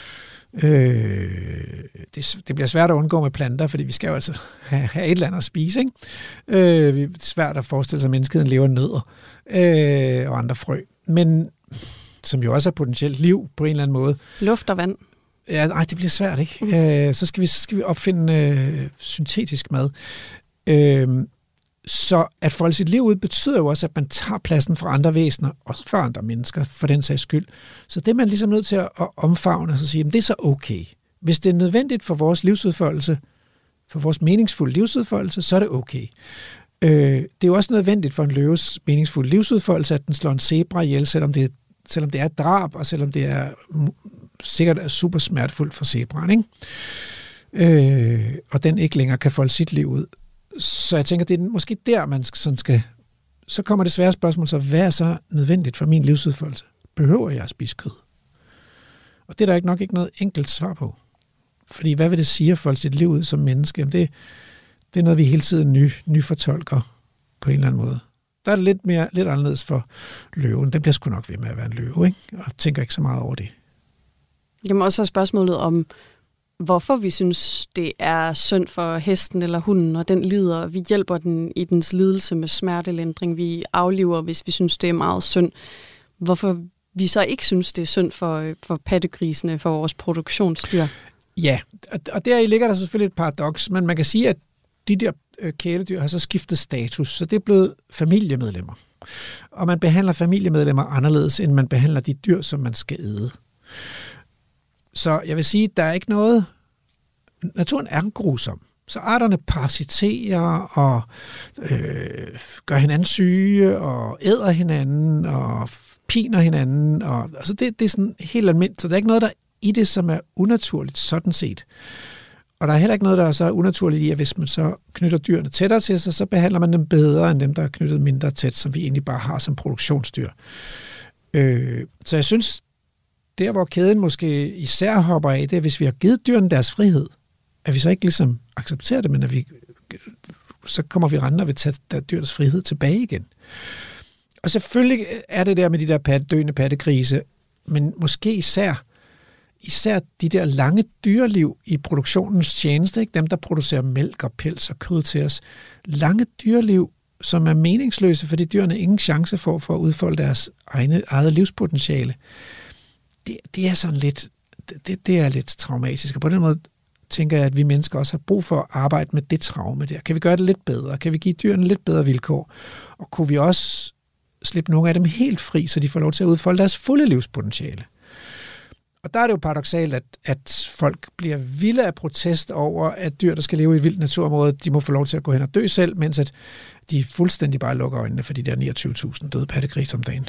Det bliver svært at undgå med planter, fordi vi skal jo altså have et eller andet at spise, ikke? Det er svært at forestille sig, at menneskeheden lever nødder og andre frø, men som jo også er potentielt liv på en eller anden måde. Luft og vand. Ja, nej, det bliver svært, ikke? Så skal vi opfinde syntetisk mad. Så at folde sit liv ud betyder jo også, at man tager pladsen fra andre væsener, også for andre mennesker, for den sags skyld. Så det er man ligesom nødt til at omfavne og så sige, at det er så okay. Hvis det er nødvendigt for vores livsudfoldelse, for vores meningsfulde livsudfoldelse, så er det okay. Det er jo også nødvendigt for en løves meningsfulde livsudfoldelse, at den slår en zebra ihjel, selvom det er et drab, og selvom det er sikkert er super smertefuldt for zebraen, ikke? Og den ikke længere kan folde sit liv ud. Så jeg tænker, det er måske der, man sådan skal... Så kommer det svære spørgsmål, så hvad er så nødvendigt for min livsudfoldelse? Behøver jeg at spise kød? Og det er der nok ikke noget enkelt svar på. Fordi hvad vil det sige at folde sit liv ud som menneske? Jamen det er noget, vi hele tiden nyfortolker på en eller anden måde. Der er det lidt anderledes for løven. Den bliver sgu nok ved med at være en løve, ikke? Og tænker ikke så meget over det. Jamen også spørgsmålet om, hvorfor vi synes, det er synd for hesten eller hunden, og den lider. Vi hjælper den i dens lidelse med smertelindring. Vi afliver, hvis vi synes, det er meget synd. Hvorfor vi så ikke synes, det er synd for pattegrisene, for vores produktionsdyr? Ja, og deri ligger der selvfølgelig et paradoks, men man kan sige, at de der kæledyr har så skiftet status, så det er blevet familiemedlemmer. Og man behandler familiemedlemmer anderledes, end man behandler de dyr, som man skal æde. Så jeg vil sige, at der er ikke noget... Naturen er grusom. Så arterne parasiterer og gør hinanden syge og æder hinanden og piner hinanden. Og, altså det er sådan helt almindeligt. Så der er ikke noget, der i det, som er unaturligt sådan set. Og der er heller ikke noget, der er så unaturligt i, at hvis man så knytter dyrene tættere til sig, så behandler man dem bedre end dem, der er knyttet mindre tæt, som vi egentlig bare har som produktionsdyr. Så jeg synes, der hvor kæden måske især hopper af, det er, hvis vi har givet dyrene deres frihed, at vi så ikke ligesom accepterer det, men at så kommer vi rendende og vil tage dyrenes frihed tilbage igen. Og selvfølgelig er det der med de der døende pattegrise, men måske især de der lange dyreliv i produktionens tjeneste, ikke? Dem, der producerer mælk og pels og kød til os. Lange dyreliv, som er meningsløse, fordi dyrene ingen chance får for at udfolde deres eget livspotentiale. Det er sådan lidt, det er lidt traumatisk, og på den måde tænker jeg, at vi mennesker også har brug for at arbejde med det traume der. Kan vi gøre det lidt bedre? Kan vi give dyrene lidt bedre vilkår? Og kunne vi også slippe nogle af dem helt fri, så de får lov til at udfolde deres fulde livspotentiale? Og der er det jo paradoksalt, at folk bliver vilde af protest over, at dyr, der skal leve i et vildt naturområde, de må få lov til at gå hen og dø selv, mens at de fuldstændig bare lukker øjnene for de der 29.000 døde pattegrise om dagen.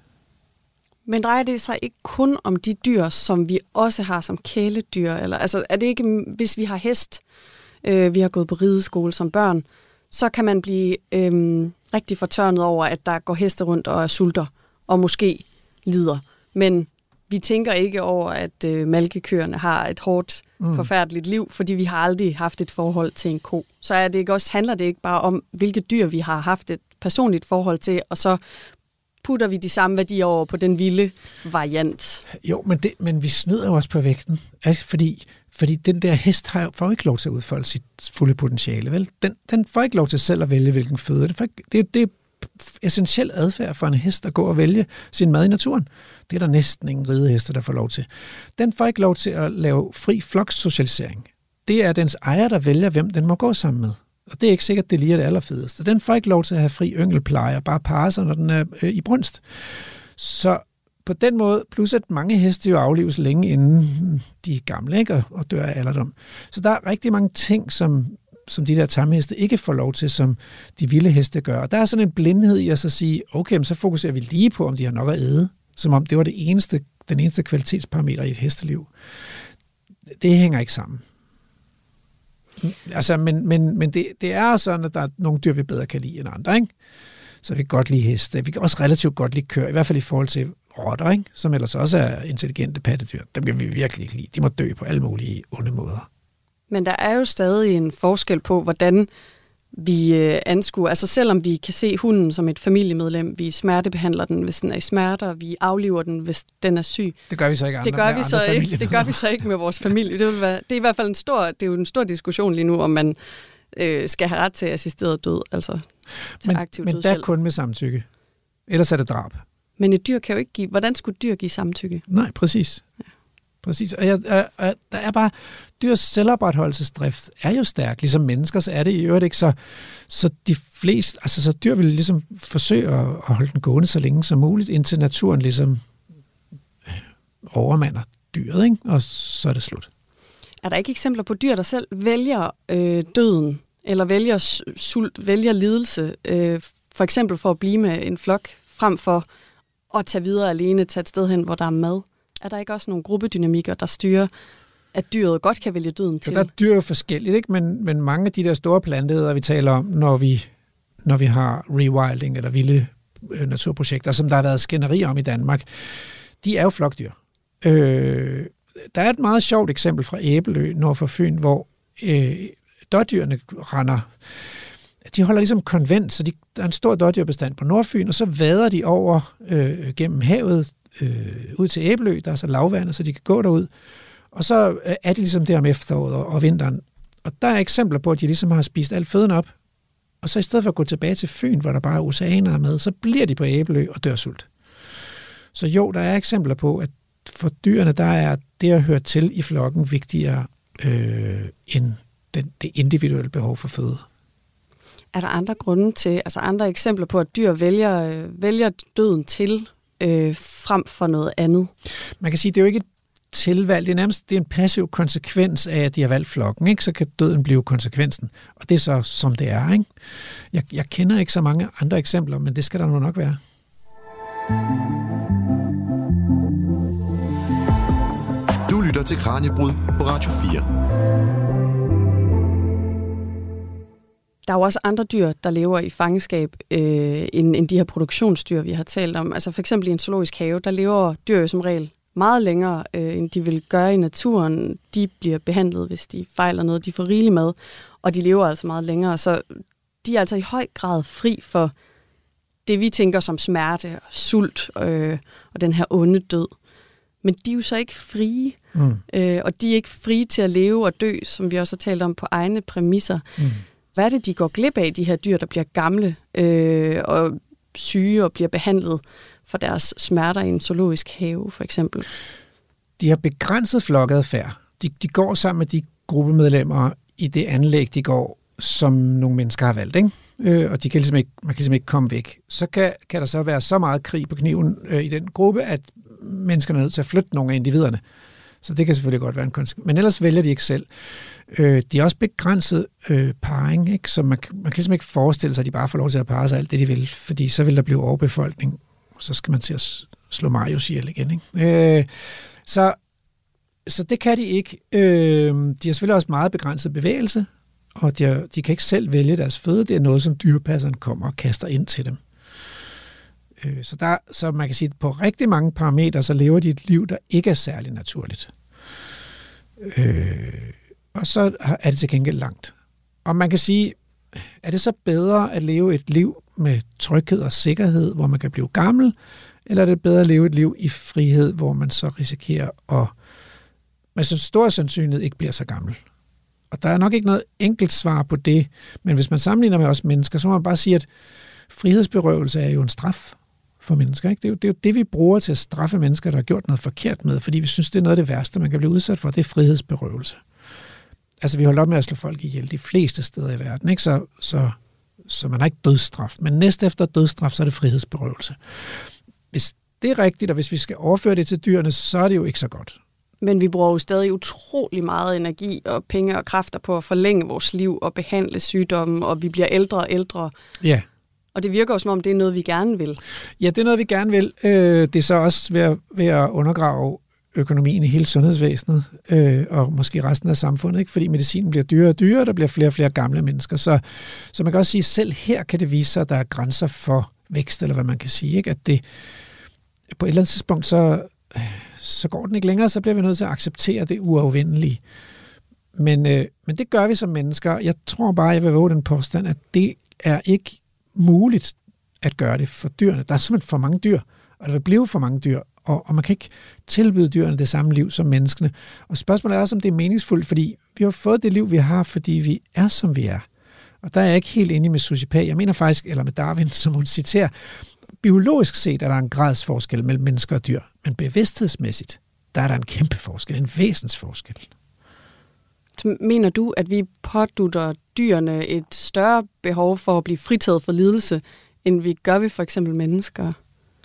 Men drejer det sig ikke kun om de dyr, som vi også har som kæledyr? Eller, altså, er det ikke, hvis vi har hest, vi har gået på rideskole som børn, så kan man blive rigtig fortørnet over, at der går heste rundt og er sulter, og måske lider. Men vi tænker ikke over, at malkekøerne har et hårdt, forfærdeligt liv, fordi vi har aldrig haft et forhold til en ko. Så er det ikke også, handler det ikke bare om, hvilke dyr vi har haft et personligt forhold til, og så putter vi de samme værdier over på den vilde variant. Jo, men vi snyder jo også på vægten, altså fordi den der hest får ikke lov til at udfolde sit fulde potentiale, vel? Den får ikke lov til selv at vælge, hvilken føde. Det er essentiel adfærd for en hest at gå og vælge sin mad i naturen. Det er der næsten ingen rideheste, der får lov til. Den får ikke lov til at lave fri flokssocialisering. Det er dens ejer, der vælger, hvem den må gå sammen med. Og det er ikke sikkert, det lige er det allerfedeste. Den får ikke lov til at have fri yngelpleje og bare parre sig, når den er i brunst. Så på den måde, plus at mange heste jo aflives længe inden de er gamle, ikke? Og dør af alderdom. Så der er rigtig mange ting, som de der tamheste ikke får lov til, som de vilde heste gør. Og der er sådan en blindhed i at så sige, okay, men så fokuserer vi lige på, om de har nok at æde, som om det var den eneste kvalitetsparameter i et hesteliv. Det hænger ikke sammen. Altså, men det er sådan, at der er nogle dyr, vi bedre kan lide end andre, ikke? Så vi kan godt lide heste. Vi kan også relativt godt lide køer, i hvert fald i forhold til rotter, ikke? Som ellers også er intelligente pattedyr. Dem kan vi virkelig ikke lide. De må dø på alle mulige onde måder. Men der er jo stadig en forskel på, hvordan vi anskuer. Altså selvom vi kan se hunden som et familiemedlem, vi smertebehandler den, hvis den er i smerter, vi afliver den, hvis den er syg. Det gør vi så ikke det gør vi så ikke med vores familie. Det er i hvert fald en stor diskussion lige nu, om man skal have ret til assisteret død, altså til aktiv dødshjælp. Men der er kun med samtykke. Ellers er det drab. Men et dyr kan jo ikke give... Hvordan skulle dyr give samtykke? Nej, præcis. Ja. Præcis. Og der er bare... Dyrs selvopretholdelsesdrift er jo stærk. Ligesom mennesker, så er det i øvrigt ikke så de fleste... Altså, så dyr vil ligesom forsøge at holde den gående så længe som muligt, indtil naturen ligesom overmander dyret, ikke? Og så er det slut. Er der ikke eksempler på dyr, der selv vælger døden, eller vælger sult, vælger lidelse, for eksempel for at blive med en flok, frem for at tage videre alene, tage et sted hen, hvor der er mad? Er der ikke også nogle gruppedynamikker, der styrer, at dyret godt kan vælge døden til? Så der er dyr forskelligt, ikke? Men mange af de der store planteædere, vi taler om, når vi har rewilding eller vilde naturprojekter, som der har været skænderi om i Danmark, de er jo flokdyr. Der er et meget sjovt eksempel fra Æbelø nord for Fyn, hvor dådyrene render. De holder ligesom konvent, så der er en stor dådyrbestand på Nordfyn, og så vader de over gennem havet ud til Æbelø, der er så lavvandet, så de kan gå derud. Og så er de ligesom der om efteråret og vinteren. Og der er eksempler på, at de ligesom har spist alt føden op, og så i stedet for at gå tilbage til Fyn, hvor der bare er oceaner med, så bliver de på Æbelø og dør sult. Så jo, der er eksempler på, for dyrene, der er det at høre til i flokken vigtigere end det individuelle behov for føde. Er der andre grunde til, altså andre eksempler på, at dyr vælger døden til frem for noget andet? Man kan sige, at det er jo ikke et tilvalg. Det er en passiv konsekvens af, at de har valgt flokken. Ikke? Så kan døden blive konsekvensen. Og det er så, som det er. Ikke? Jeg kender ikke så mange andre eksempler, men det skal der nok være. Du lytter til Kraniebrud på Radio 4. Der er jo også andre dyr, der lever i fangenskab end de her produktionsdyr, vi har talt om. Altså for eksempel i en zoologisk have, der lever dyr jo som regel meget længere, end de vil gøre i naturen. De bliver behandlet, hvis de fejler noget. De får rigelig mad, og de lever altså meget længere. Så de er altså i høj grad fri for det, vi tænker som smerte og sult og den her onde død. Men de er jo så ikke frie, og de er ikke frie til at leve og dø, som vi også har talt om, på egne præmisser. Hvad er det, de går glip af, de her dyr, der bliver gamle og syge og bliver behandlet for deres smerter i en zoologisk have, for eksempel? De har begrænset flokadfærd. De går sammen med de gruppemedlemmer i det anlæg, de går, som nogle mennesker har valgt, ikke? Og man kan ligesom ikke komme væk. Så kan der så være så meget krig på kniven i den gruppe, at menneskerne er nødt til at flytte nogle af individerne. Så det kan selvfølgelig godt være en konsekvens. Men ellers vælger de ikke selv. De er også begrænset parring, ikke? Så man kan ligesom ikke forestille sig, at de bare får lov til at parre sig alt det, de vil, fordi så vil der blive overbefolkning. Så skal man til at slå Marius ihjel igen, ikke? Så det kan de ikke. De har selvfølgelig også meget begrænset bevægelse, og de kan ikke selv vælge deres føde. Det er noget, som dyrepasseren kommer og kaster ind til dem. Så man kan sige, at på rigtig mange parametre, så lever de et liv, der ikke er særlig naturligt. Og så er det til gengæld langt. Og man kan sige, er det så bedre at leve et liv med tryghed og sikkerhed, hvor man kan blive gammel, eller er det bedre at leve et liv i frihed, hvor man så risikerer at med så stor sandsynlighed ikke bliver så gammel? Og der er nok ikke noget enkelt svar på det, men hvis man sammenligner med os mennesker, så må man bare sige, at frihedsberøvelse er jo en straf for mennesker. Ikke? Det er jo det, vi bruger til at straffe mennesker, der har gjort noget forkert med, fordi vi synes, det er noget af det værste, man kan blive udsat for. Det er frihedsberøvelse. Altså, vi holder op med at slå folk ihjel de fleste steder i verden, ikke? Så man har ikke dødsstraf. Men næst efter dødsstraf, så er det frihedsberøvelse. Hvis det er rigtigt, og hvis vi skal overføre det til dyrene, så er det jo ikke så godt. Men vi bruger jo stadig utrolig meget energi og penge og kræfter på at forlænge vores liv og behandle sygdomme, og vi bliver ældre og ældre. Ja. Og det virker jo som om, det er noget, vi gerne vil. Ja, det er noget, vi gerne vil. Det er så også ved at undergrave økonomien i hele sundhedsvæsenet, og måske resten af samfundet, ikke? Fordi medicinen bliver dyrere og dyrere, der bliver flere og flere gamle mennesker. Så man kan også sige, at selv her kan det vise sig, at der er grænser for vækst, eller hvad man kan sige. Ikke? At det på et eller andet tidspunkt, så går den ikke længere, så bliver vi nødt til at acceptere det uafvendelige. Men det gør vi som mennesker. Jeg tror bare, jeg vil våge den påstand, at det er ikke muligt at gøre det for dyrene. Der er simpelthen for mange dyr, og der vil blive for mange dyr, og man kan ikke tilbyde dyrene det samme liv som menneskene. Og spørgsmålet er også, om det er meningsfuldt, fordi vi har fået det liv, vi har, fordi vi er, som vi er. Og der er jeg ikke helt enig med Susie Pag. Jeg mener faktisk, eller med Darwin, som hun citerer, biologisk set er der en gradsforskel mellem mennesker og dyr, men bevidsthedsmæssigt, der er der en kæmpe forskel, en væsensforskel. Så mener du, at vi pådutter dyrene et større behov for at blive fritaget for lidelse, end vi gør ved for eksempel mennesker?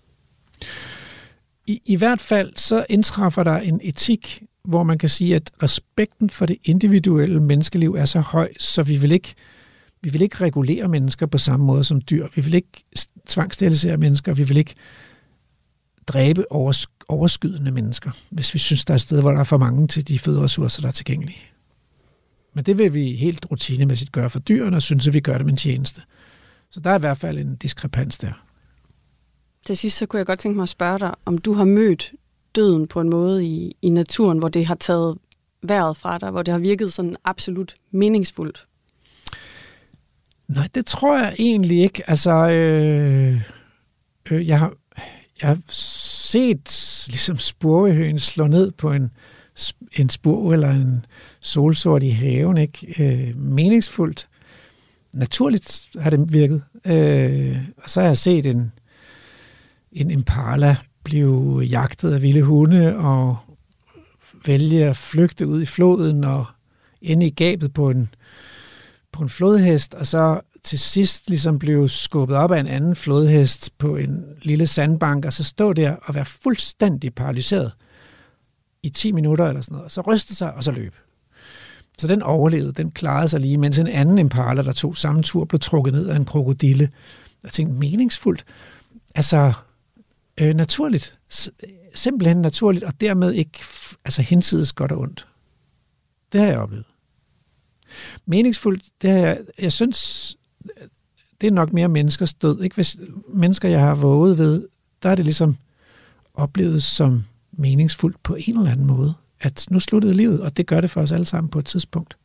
I hvert fald så indtræffer der en etik, hvor man kan sige, at respekten for det individuelle menneskeliv er så høj, så vi vil ikke regulere mennesker på samme måde som dyr. Vi vil ikke tvangssterilisere mennesker. Vi vil ikke dræbe overskydende mennesker, hvis vi synes, der er et sted, hvor der er for mange til de føderessourcer, der er tilgængelige. Men det vil vi helt rutinemæssigt gøre for dyrene, og synes, at vi gør det med en tjeneste. Så der er i hvert fald en diskrepans der. Til sidst så kunne jeg godt tænke mig at spørge dig, om du har mødt døden på en måde i naturen, hvor det har taget vejret fra dig, hvor det har virket sådan absolut meningsfuldt? Nej, det tror jeg egentlig ikke. Altså, jeg har set ligesom spurvehøen slå ned på en spurv eller en solsort i haven, ikke? Meningsfuldt. Naturligt har det virket. Og så har jeg set en impala blive jagtet af vilde hunde og vælge at flygte ud i floden og ende i gabet på en flodhest, og så til sidst ligesom blive skubbet op af en anden flodhest på en lille sandbank, og så stå der og være fuldstændig paralyseret i 10 minutter eller sådan noget, og så ryste sig, og så løb. Så den overlevede, den klarede sig lige, mens en anden impala, der tog samme tur, blev trukket ned af en krokodille. Jeg tænkte, meningsfuldt. Altså, naturligt. Simpelthen naturligt, og dermed ikke hinsides godt og ondt. Det har jeg oplevet. Meningsfuldt, det har jeg synes, det er nok mere menneskers død. Ikke? Hvis mennesker, jeg har våget ved, der er det ligesom oplevet som meningsfuldt på en eller anden måde. At nu sluttede livet, og det gør det for os alle sammen på et tidspunkt.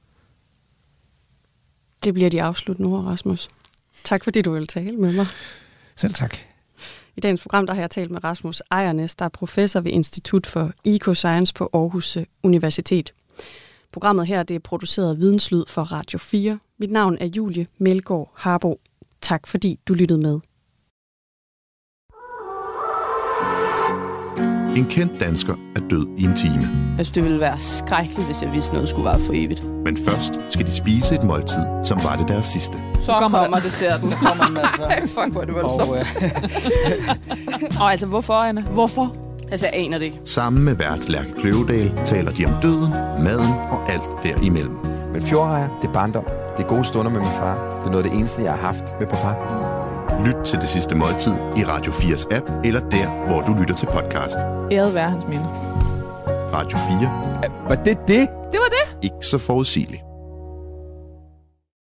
Det bliver de afsluttende ord, Rasmus. Tak fordi du ville tale med mig. Selv tak. I dagens program der har jeg talt med Rasmus Ejernes, der er professor ved Institut for Ecoscience på Aarhus Universitet. Programmet her det er produceret af Videnslyd for Radio 4. Mit navn er Julie Melgaard Harbo. Tak fordi du lyttede med. En kendt dansker er død i en time. Jeg synes, det ville være skrækkeligt, hvis jeg vidste noget skulle være for evigt. Men først skal de spise et måltid, som var det deres sidste. Så kommer desserten. Så kommer den altså. Fuck, hvor er det voldsomt. Og altså, hvorfor, Anna? Hvorfor? Altså, jeg aner det ikke. Sammen med vært Lærke Kløvedal taler de om døden, maden og alt derimellem. Men fjordrejer, det er barndom. Det er gode stunder med min far. Det er noget af det eneste, jeg har haft med papa. Lyt til Det Sidste Måltid i Radio 4's app, eller der, hvor du lytter til podcast. Æret være hans minde. Radio 4. Var det det? Det var det. Ikke så forudsigeligt.